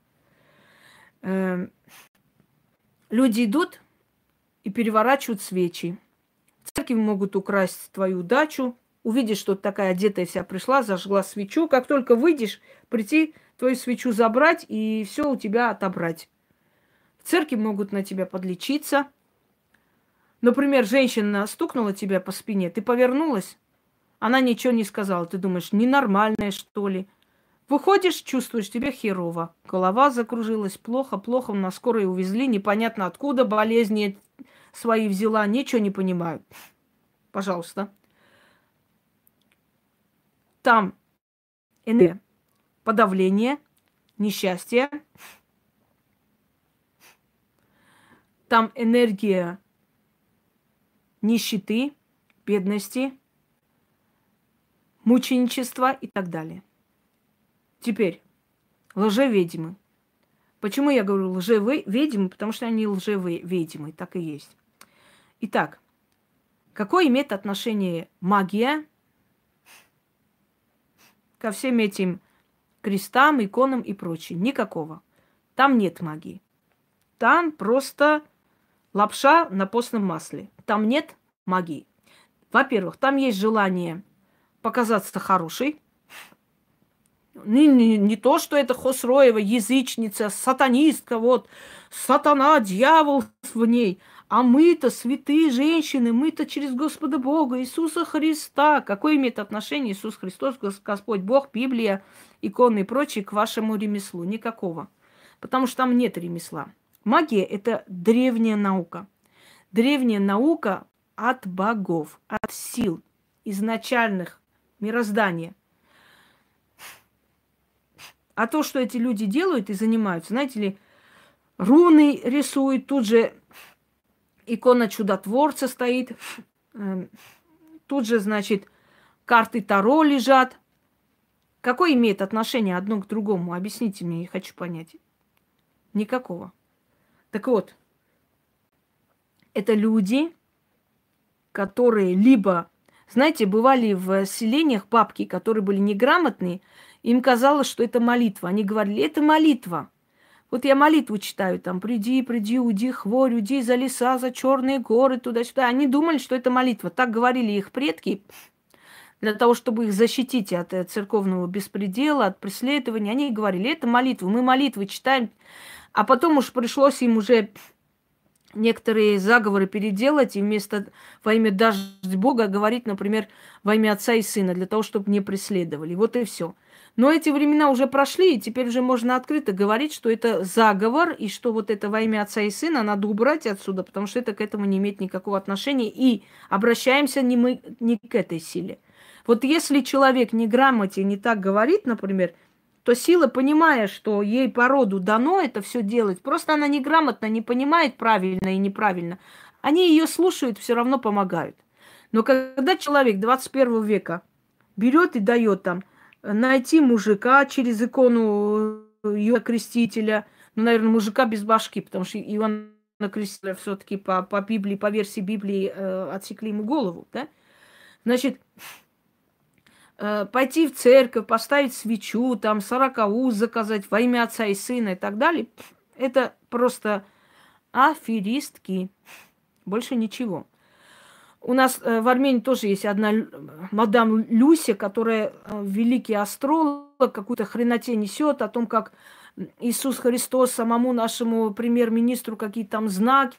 Эм, люди идут и переворачивают свечи. В церкви могут украсть твою дачу. Увидишь, что ты такая одетая вся пришла, зажгла свечу. Как только выйдешь, прийти, твою свечу забрать и все у тебя отобрать. В церкви могут на тебя подлечиться. Например, женщина стукнула тебя по спине, ты повернулась, она ничего не сказала. Ты думаешь, ненормальная, что ли? Выходишь, чувствуешь, тебе херово. Голова закружилась, плохо, плохо, на скорой увезли, непонятно откуда, болезни свои взяла, ничего не понимаю. Пожалуйста. Там энергия подавления, несчастья. Там энергия нищеты, бедности, мученичества и так далее. Теперь, лжеведьмы. Почему я говорю лжеведьмы? Потому что они лжеведьмы, так и есть. Итак, какое имеет отношение магия ко всем этим крестам, иконам и прочее? Никакого. Там нет магии. Там просто лапша на постном масле. Там нет магии. Во-первых, там есть желание показаться хорошей. Не, не, не то, что это Хосроева, язычница, сатанистка, вот, сатана, дьявол в ней. А мы-то святые женщины, мы-то через Господа Бога, Иисуса Христа. Какое имеет отношение Иисус Христос, Господь Бог, Библия, иконы и прочее к вашему ремеслу? Никакого. Потому что там нет ремесла. Магия – это древняя наука. Древняя наука от богов, от сил изначальных мироздания. А то, что эти люди делают и занимаются, знаете ли, руны рисуют, тут же икона чудотворца стоит, эм, тут же, значит, карты Таро лежат. Какое имеет отношение одно к другому? Объясните мне, я хочу понять. Никакого. Так вот, это люди, которые либо, знаете, бывали в селениях бабки, которые были неграмотные, им казалось, что это молитва. Они говорили, это молитва. Вот я молитву читаю, там, приди, приди, уйди, хворь, уйди за леса, за черные горы, туда-сюда. Они думали, что это молитва. Так говорили их предки, для того, чтобы их защитить от э, церковного беспредела, от преследования. Они говорили, это молитва, мы молитвы читаем. А потом уж пришлось им уже некоторые заговоры переделать и вместо во имя даже Бога говорить, например, во имя Отца и Сына, для того, чтобы не преследовали. Вот и все. Но эти времена уже прошли, и теперь уже можно открыто говорить, что это заговор, и что вот это во имя Отца и Сына надо убрать отсюда, потому что это к этому не имеет никакого отношения, и обращаемся не мы не к этой силе. Вот если человек неграмотен, не так говорит, например, то сила, понимая, что ей по роду дано это все делать, просто она неграмотно, не понимает правильно и неправильно, они ее слушают, все равно помогают. Но когда человек двадцать первого века берет и дает там найти мужика через икону Иоанна Крестителя, ну, наверное, мужика без башки, потому что Иоанна Крестителя все-таки по, по Библии, по версии Библии э, отсекли ему голову, да? Значит, э, пойти в церковь, поставить свечу, там, сорокауст заказать во имя Отца и Сына и так далее, это просто аферистки. Больше ничего. У нас э, в Армении тоже есть одна мадам Люся, которая э, великий астролог, какую-то хренотень несет о том, как Иисус Христос самому нашему премьер-министру какие-то там знаки,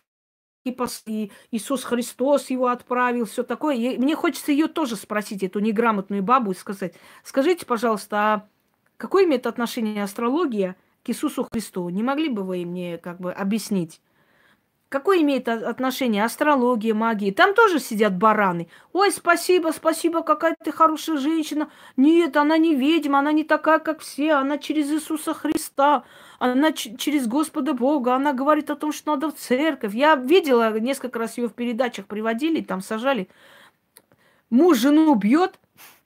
и Иисус Христос его отправил, все такое. И мне хочется ее тоже спросить, эту неграмотную бабу, и сказать, скажите, пожалуйста, а какое имеет отношение астрология к Иисусу Христу? Не могли бы вы мне как бы объяснить? Какое имеет отношение астрология, магия? Там тоже сидят бараны. Ой, спасибо, спасибо, какая ты хорошая женщина. Нет, она не ведьма, она не такая, как все. Она через Иисуса Христа, она ч- через Господа Бога. Она говорит о том, что надо в церковь. Я видела, несколько раз ее в передачах приводили, там сажали. Муж жену бьет,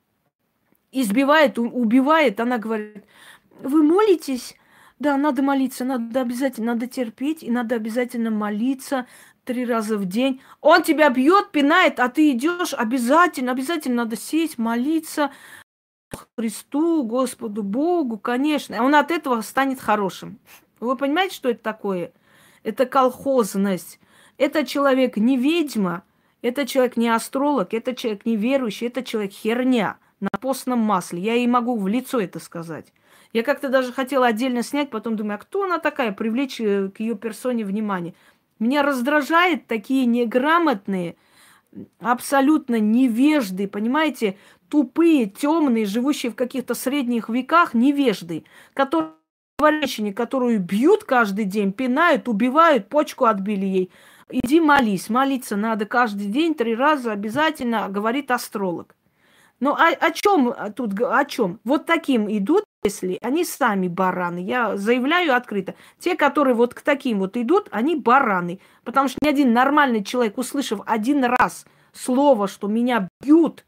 избивает, у- убивает. Она говорит, вы молитесь? Да, надо молиться, надо обязательно, надо терпеть, и надо обязательно молиться три раза в день. Он тебя бьет, пинает, а ты идешь, обязательно, обязательно надо сесть, молиться Христу, Господу Богу, конечно. А он от этого станет хорошим. Вы понимаете, что это такое? Это колхозность. Это человек не ведьма, это человек не астролог, это человек не верующий, это человек херня на постном масле. Я ей могу в лицо это сказать. Я как-то даже хотела отдельно снять, потом думаю, а кто она такая, привлечь э, к ее персоне внимание. Меня раздражает такие неграмотные, абсолютно невежды, понимаете, тупые, темные, живущие в каких-то средних веках, невежды, которые женщине, которую бьют каждый день, пинают, убивают, почку отбили ей. Иди молись, молиться надо каждый день, три раза обязательно, говорит астролог. Ну, о, о чем тут, г- о чем? Вот таким идут, если они сами бараны. Я заявляю открыто. Те, которые вот к таким вот идут, они бараны. Потому что ни один нормальный человек, услышав один раз слово, что меня бьют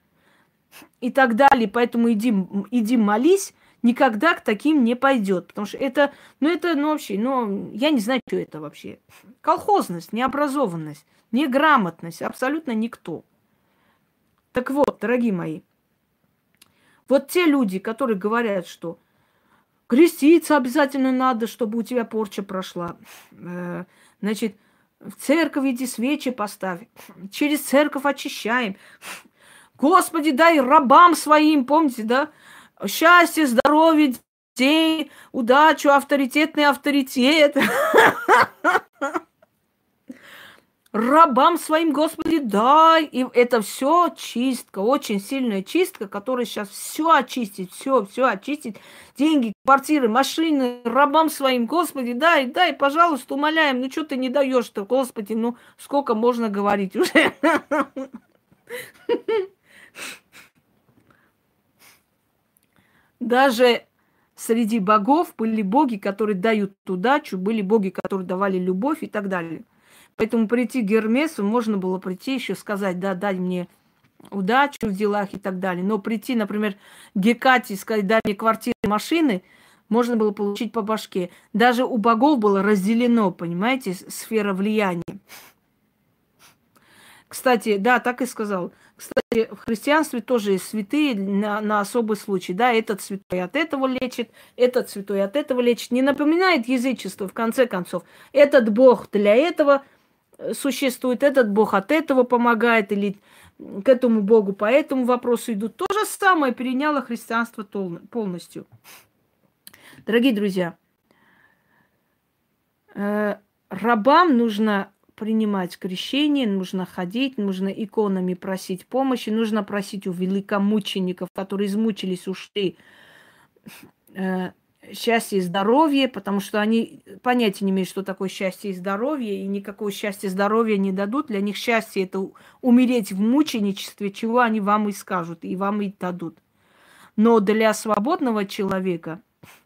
и так далее, поэтому иди, м, иди молись, никогда к таким не пойдет. Потому что это, ну это, ну вообще, ну, я не знаю, что это вообще. Колхозность, необразованность, неграмотность, абсолютно никто. Так вот, дорогие мои, вот те люди, которые говорят, что креститься обязательно надо, чтобы у тебя порча прошла. Э, Значит, в церковь иди, свечи поставь. Через церковь очищаем. Господи, дай рабам своим, помните, да? Счастье, здоровье, детей, удачу, авторитетный авторитет. Рабам своим, Господи, дай. И это все чистка, очень сильная чистка, которая сейчас все очистит, все, все очистит. Деньги, квартиры, машины, рабам своим, Господи, дай, дай, пожалуйста, умоляем. Ну, что ты не даешь-то, Господи, ну, сколько можно говорить уже? Даже среди богов были боги, которые дают удачу, были боги, которые давали любовь и так далее. Поэтому прийти к Гермесу можно было прийти еще сказать, да, дай мне удачу в делах и так далее. Но прийти, например, к Гекате и сказать, дай мне квартиры, машины, можно было получить по башке. Даже у богов было разделено, понимаете, сфера влияния. Кстати, да, так и сказал. Кстати, в христианстве тоже есть святые на, на особый случай. Да, этот святой от этого лечит, этот святой от этого лечит. Не напоминает язычество, в конце концов. Этот бог для этого существует, этот бог от этого помогает, или к этому богу по этому вопросу идут. То же самое переняло христианство полностью. Дорогие друзья, э, рабам нужно принимать крещение, нужно ходить, нужно иконами просить помощи, нужно просить у великомучеников, которые измучились, ушли, э, счастье и здоровье, потому что они понятия не имеют, что такое счастье и здоровье, и никакого счастья и здоровья не дадут. Для них счастье – это умереть в мученичестве, чего они вам и скажут, и вам и дадут. Но для свободного человека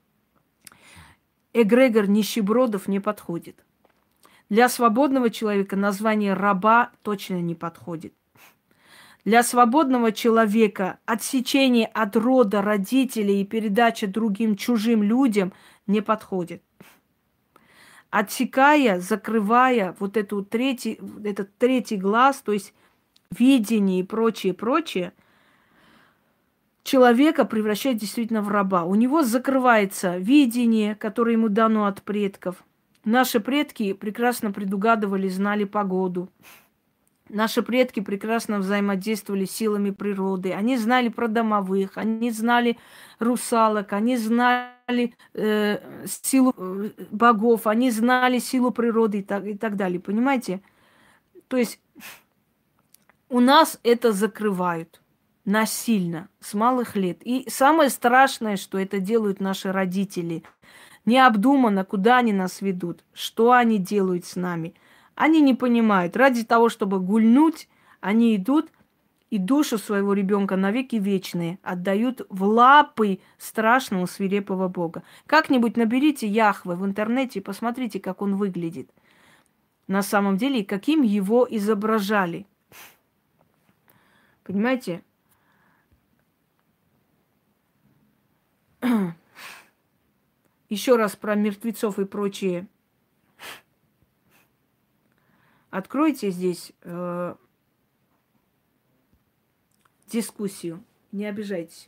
эгрегор нищебродов не подходит. Для свободного человека название раба точно не подходит. Для свободного человека отсечение от рода родителей и передача другим чужим людям не подходит. Отсекая, закрывая вот эту третий, этот третий глаз, то есть видение и прочее, прочее, человека превращает действительно в раба. У него закрывается видение, которое ему дано от предков. Наши предки прекрасно предугадывали, знали погоду. Наши предки прекрасно взаимодействовали с силами природы. Они знали про домовых, они знали русалок, они знали э, силу э, богов, они знали силу природы и так, и так далее. Понимаете? То есть у нас это закрывают насильно, с малых лет. И самое страшное, что это делают наши родители – необдуманно, куда они нас ведут, что они делают с нами. Они не понимают. Ради того, чтобы гульнуть, они идут и душу своего ребенка навеки вечные отдают в лапы страшного свирепого бога. Как-нибудь наберите Яхве в интернете и посмотрите, как он выглядит на самом деле и каким его изображали. Понимаете? Еще раз про мертвецов и прочие. Откройте здесь э, дискуссию. Не обижайтесь.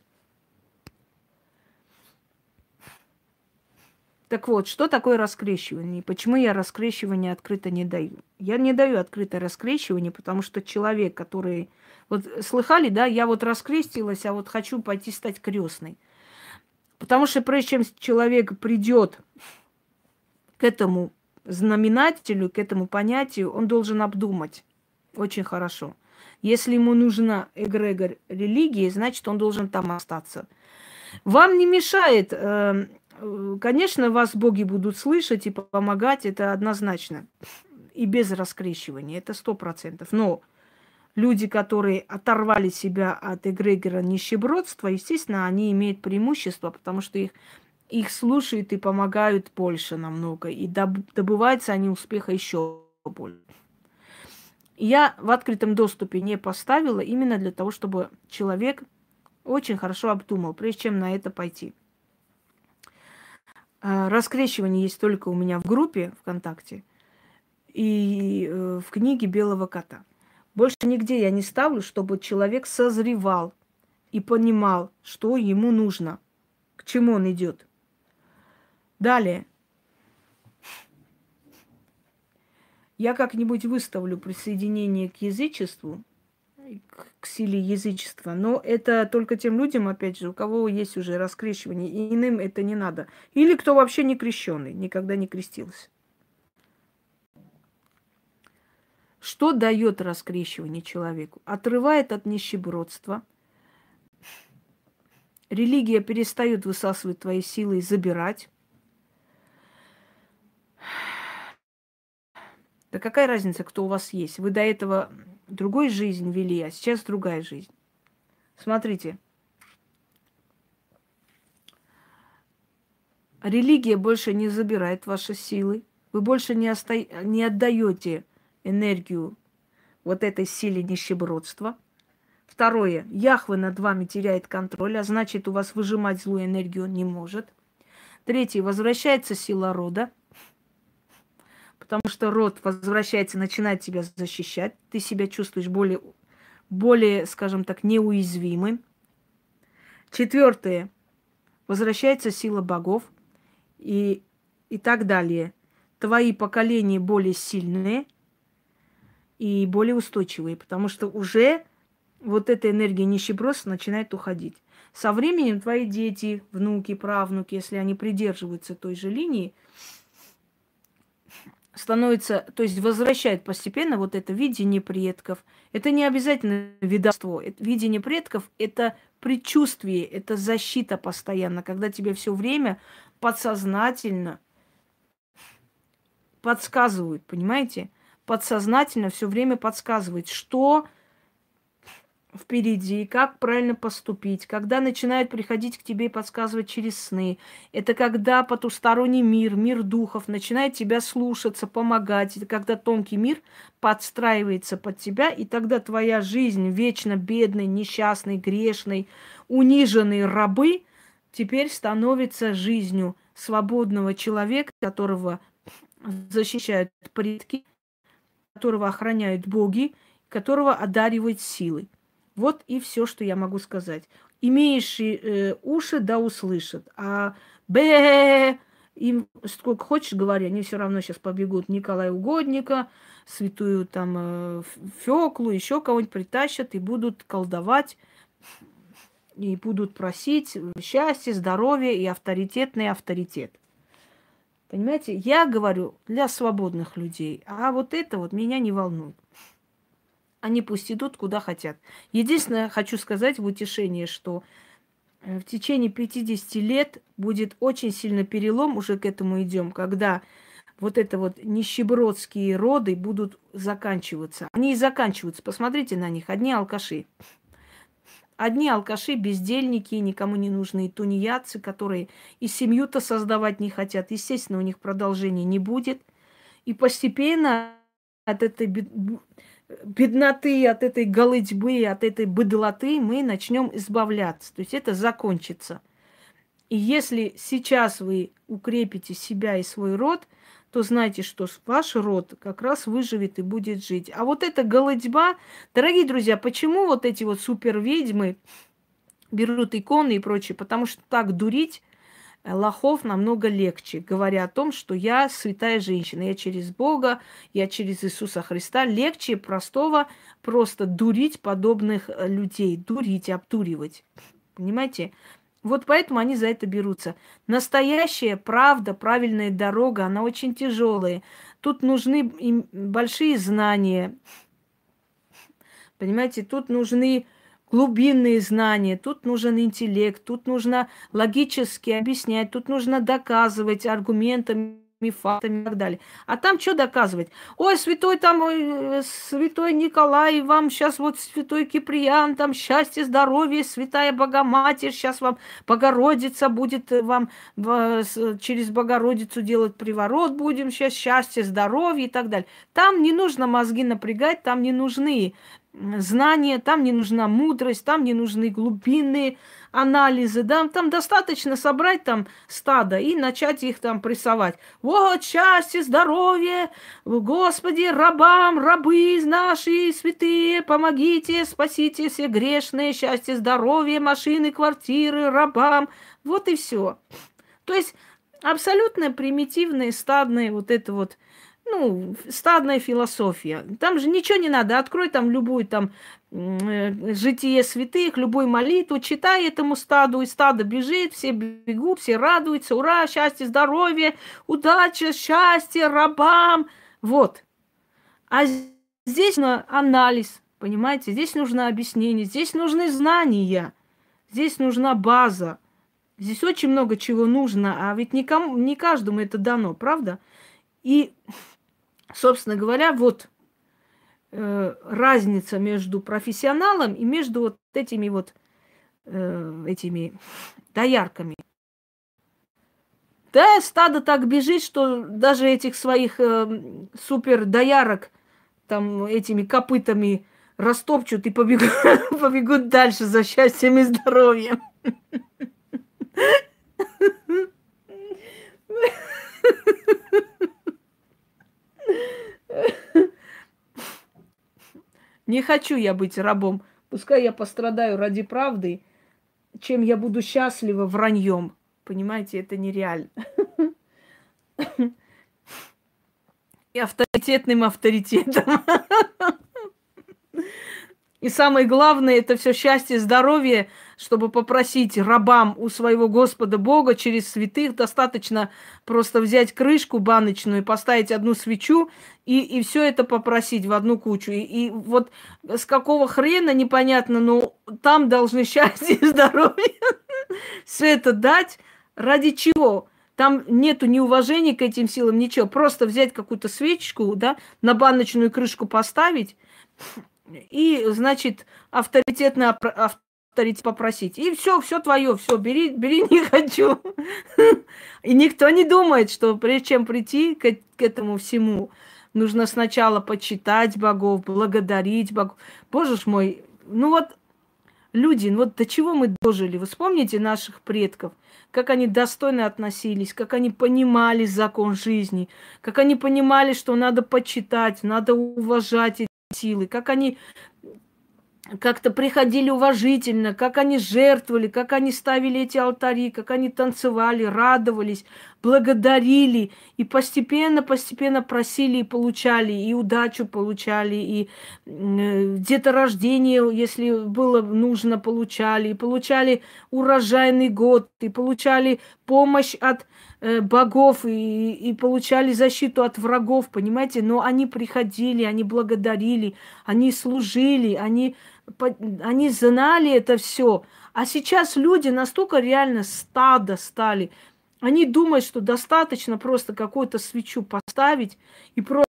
Так вот, что такое раскрещивание? Почему я раскрещивание открыто не даю? Я не даю открытое раскрещивание, потому что человек, который... Вот слыхали, да, я вот раскрестилась, а вот хочу пойти стать крестной. Потому что прежде чем человек придет к этому знаменателю, к этому понятию, он должен обдумать очень хорошо. Если ему нужна эгрегор религии, значит, он должен там остаться. Вам не мешает, конечно, вас боги будут слышать и помогать, это однозначно. И без раскрещивания, это сто процентов. Но люди, которые оторвали себя от эгрегора нищебродства, естественно, они имеют преимущество, потому что их, их слушают и помогают больше намного. И добываются они успеха еще больше. Я в открытом доступе не поставила именно для того, чтобы человек очень хорошо обдумал, прежде чем на это пойти. Раскрещивание есть только у меня в группе ВКонтакте и в книге «Белого кота». Больше нигде я не ставлю, чтобы человек созревал и понимал, что ему нужно, к чему он идет. Далее. Я как-нибудь выставлю присоединение к язычеству, к силе язычества, но это только тем людям, опять же, у кого есть уже раскрещивание, и иным это не надо. Или кто вообще не крещеный, никогда не крестился. Что дает раскрещивание человеку? Отрывает от нищебродства. Религия перестает высасывать твои силы и забирать. Да какая разница, кто у вас есть? Вы до этого другой жизнь вели, а сейчас другая жизнь. Смотрите. Религия больше не забирает ваши силы. Вы больше не, оста... не отдаете энергию вот этой силе нищебродства. Второе. Яхве над вами теряет контроль, а значит, у вас выжимать злую энергию он не может. Третье. Возвращается сила рода, потому что род возвращается, начинает тебя защищать. Ты себя чувствуешь более, более, скажем так, неуязвимым. Четвертое. Возвращается сила богов и, и так далее. Твои поколения более сильные и более устойчивые, потому что уже вот эта энергия нищеброса начинает уходить. Со временем твои дети, внуки, правнуки, если они придерживаются той же линии, становится, то есть возвращает постепенно вот это видение предков. Это не обязательно ведовство. Видение предков – это предчувствие, это защита постоянно, когда тебе все время подсознательно подсказывают, понимаете? Подсознательно все время подсказывает, что впереди, как правильно поступить, когда начинают приходить к тебе и подсказывать через сны. Это когда потусторонний мир, мир духов начинает тебя слушаться, помогать. Это когда тонкий мир подстраивается под тебя, и тогда твоя жизнь вечно бедной, несчастной, грешной, униженной рабы теперь становится жизнью свободного человека, которого защищают предки, которого охраняют боги, которого одаривают силой. Вот и все, что я могу сказать. Имеющие э, уши, да услышат. А б им сколько хочешь говори, они все равно сейчас побегут Николая Угодника, святую там э, Фёклу, еще кого-нибудь притащат и будут колдовать, и будут просить счастья, здоровья и авторитетный авторитет. Понимаете, я говорю для свободных людей, а вот это вот меня не волнует. Они пусть идут куда хотят. Единственное, хочу сказать в утешение, что в течение пятидесяти лет будет очень сильный перелом, уже к этому идем, когда вот это вот нищебродские роды будут заканчиваться. Они и заканчиваются. Посмотрите на них. Одни алкаши. Одни алкаши, бездельники, никому не нужные тунеядцы, которые и семью-то создавать не хотят. Естественно, у них продолжения не будет. И постепенно от этой бедноты, от этой голытьбы, от этой быдлоты мы начнем избавляться. То есть это закончится. И если сейчас вы укрепите себя и свой род, то знайте, что ваш род как раз выживет и будет жить. А вот эта голытьба, дорогие друзья, почему вот эти вот суперведьмы берут иконы и прочее? Потому что так дурить лохов намного легче, говоря о том, что я святая женщина, я через Бога, я через Иисуса Христа. Легче простого просто дурить подобных людей, дурить, обдуривать. Понимаете? Вот поэтому они за это берутся. Настоящая правда, правильная дорога, она очень тяжелая. Тут нужны им большие знания. Понимаете, тут нужны глубинные знания, тут нужен интеллект, тут нужно логически объяснять, тут нужно доказывать аргументами, фактами и так далее. А там что доказывать? Ой, святой там, ой, святой Николай, вам сейчас вот святой Киприан, там счастье, здоровье, святая Богоматерь, сейчас вам Богородица будет вам через Богородицу делать приворот, будем сейчас счастье, здоровье и так далее. Там не нужно мозги напрягать, там не нужны знания, там не нужна мудрость, там не нужны глубинные анализы, да, там достаточно собрать там стадо и начать их там прессовать. Вот счастье, здоровье, Господи, рабам, рабы наши святые, помогите, спасите все грешные, счастье, здоровье, машины, квартиры, рабам. Вот и все. То есть абсолютно примитивные, стадные вот это вот, ну, стадная философия. Там же ничего не надо. Открой там любую там э, житие святых, любую молитву, читай этому стаду, и стадо бежит, все бегут, все радуются. Ура, счастье, здоровье, удача, счастье, рабам. Вот. А здесь нужен анализ, понимаете? Здесь нужно объяснение, здесь нужны знания, здесь нужна база. Здесь очень много чего нужно, а ведь никому, не каждому это дано, правда? И собственно говоря, вот э, разница между профессионалом и между вот этими вот э, этими доярками. Да, стадо так бежит, что даже этих своих э, супер доярок там этими копытами растопчут и побегут, побегут дальше за счастьем и здоровьем. Не хочу я быть рабом. Пускай я пострадаю ради правды, чем я буду счастлива враньем. Понимаете, это нереально. И авторитетным авторитетом. И самое главное, это все счастье, здоровье, чтобы попросить рабам у своего Господа Бога через святых. Достаточно просто взять крышку баночную, поставить одну свечу и, и все это попросить в одну кучу. И, и вот с какого хрена, непонятно, но там должны счастье и здоровье все это дать. Ради чего? Там нету ни уважения к этим силам, ничего. Просто взять какую-то свечку, да, на баночную крышку поставить, и, значит, авторитетно авторитет попросить. И все, все твое, все, бери, бери, не хочу. И никто не думает, что прежде чем прийти к, к этому всему, нужно сначала почитать богов, благодарить богов. Боже ж мой, ну вот люди, ну вот до чего мы дожили? Вы вспомните наших предков, как они достойно относились, как они понимали закон жизни, как они понимали, что надо почитать, надо уважать эти силы, как они как-то приходили уважительно, как они жертвовали, как они ставили эти алтари, как они танцевали, радовались, благодарили и постепенно-постепенно просили и получали, и удачу получали, и э, деторождение, если было нужно, получали, и получали урожайный год, и получали помощь от э, богов, и, и получали защиту от врагов, понимаете? Но они приходили, они благодарили, они служили, они они знали это все. А сейчас люди настолько реально стадо стали. Они думают, что достаточно просто какую-то свечу поставить и просто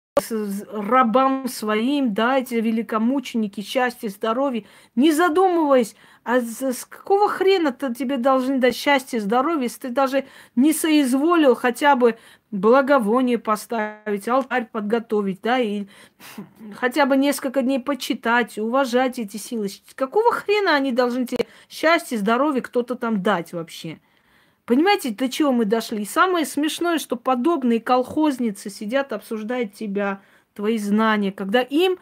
рабам своим, да, эти великомученики, счастье, здоровье, не задумываясь, а с какого хрена-то тебе должны дать счастье, здоровье, если ты даже не соизволил хотя бы благовоние поставить, алтарь подготовить, да, и хотя бы несколько дней почитать, уважать эти силы. Какого хрена они должны тебе счастье, здоровье кто-то там дать вообще? Понимаете, до чего мы дошли? И самое смешное, что подобные колхозницы сидят, обсуждают тебя, твои знания, когда им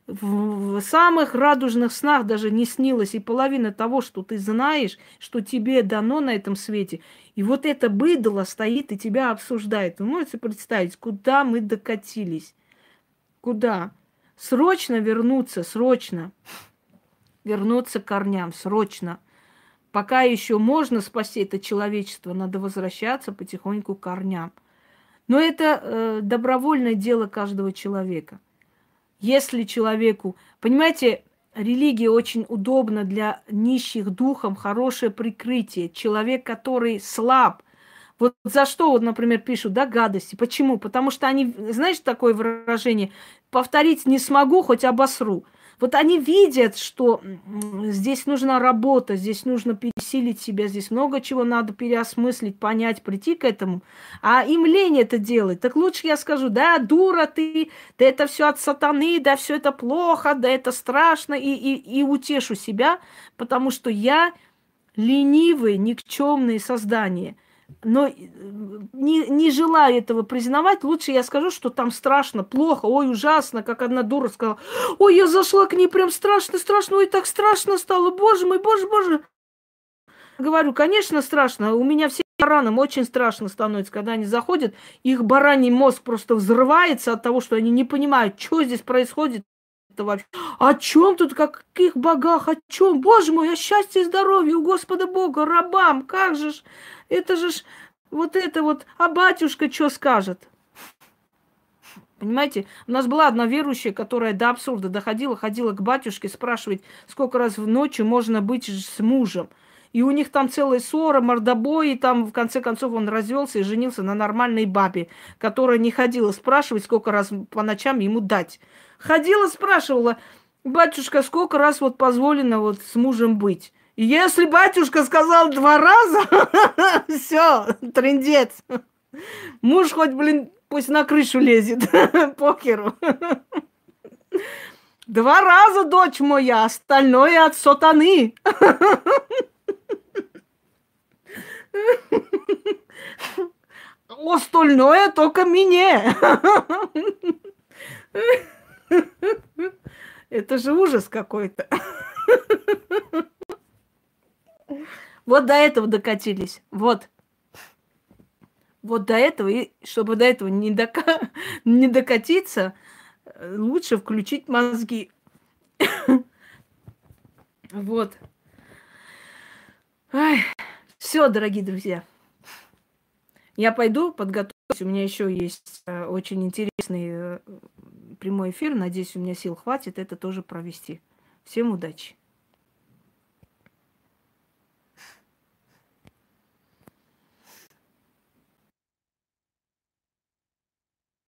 в самых радужных снах даже не снилось и половина того, что ты знаешь, что тебе дано на этом свете. И вот это быдло стоит и тебя обсуждает. Вы можете представить, куда мы докатились? Куда? Срочно вернуться, срочно. Вернуться к корням, срочно. Пока еще можно спасти это человечество, надо возвращаться потихоньку к корням. Но это э, добровольное дело каждого человека. Если человеку... Понимаете, религия очень удобна для нищих духом, хорошее прикрытие. Человек, который слаб. Вот за что, вот, например, пишут, да, гадости. Почему? Потому что они, знаешь, такое выражение, повторить не смогу, хоть обосру. Вот они видят, что здесь нужна работа, здесь нужно пересилить себя, здесь много чего надо переосмыслить, понять, прийти к этому. А им лень это делать. Так лучше я скажу, да, дура ты, да это все от сатаны, да все это плохо, да это страшно, и, и, и утешу себя, потому что я ленивое, никчемное создание. Но не, не желаю этого признавать, лучше я скажу, что там страшно, плохо, ой, ужасно, как одна дура сказала. Ой, я зашла к ней, прям страшно, страшно, ой, так страшно стало, боже мой, боже, боже. Говорю, конечно, страшно, у меня всем баранам очень страшно становится, когда они заходят, их бараний мозг просто взрывается от того, что они не понимают, что здесь происходит. Это вообще. О чем тут, о каких богах, о чем? Боже мой, о счастье и здоровье у Господа Бога, рабам, как же ж, это же ж, вот это вот, а батюшка что скажет? Понимаете, у нас была одна верующая, которая до абсурда доходила, ходила к батюшке спрашивать, сколько раз в ночь можно быть с мужем. И у них там целая ссора, мордобой, и там в конце концов он развелся и женился на нормальной бабе, которая не ходила спрашивать, сколько раз по ночам ему дать. Ходила, спрашивала, батюшка, сколько раз вот позволено вот с мужем быть? И если батюшка сказал два раза, все, трындец. Муж хоть, блин, пусть на крышу лезет. Покеру. Два раза, дочь моя, остальное от сатаны. Остальное только мне. Это же ужас какой-то. Вот до этого докатились. Вот. Вот до этого, и чтобы до этого не, дока... не докатиться, лучше включить мозги. Вот. Все, дорогие друзья. Я пойду, подготовлюсь. У меня еще есть э, очень интересный э, прямой эфир. Надеюсь, у меня сил хватит это тоже провести. Всем удачи.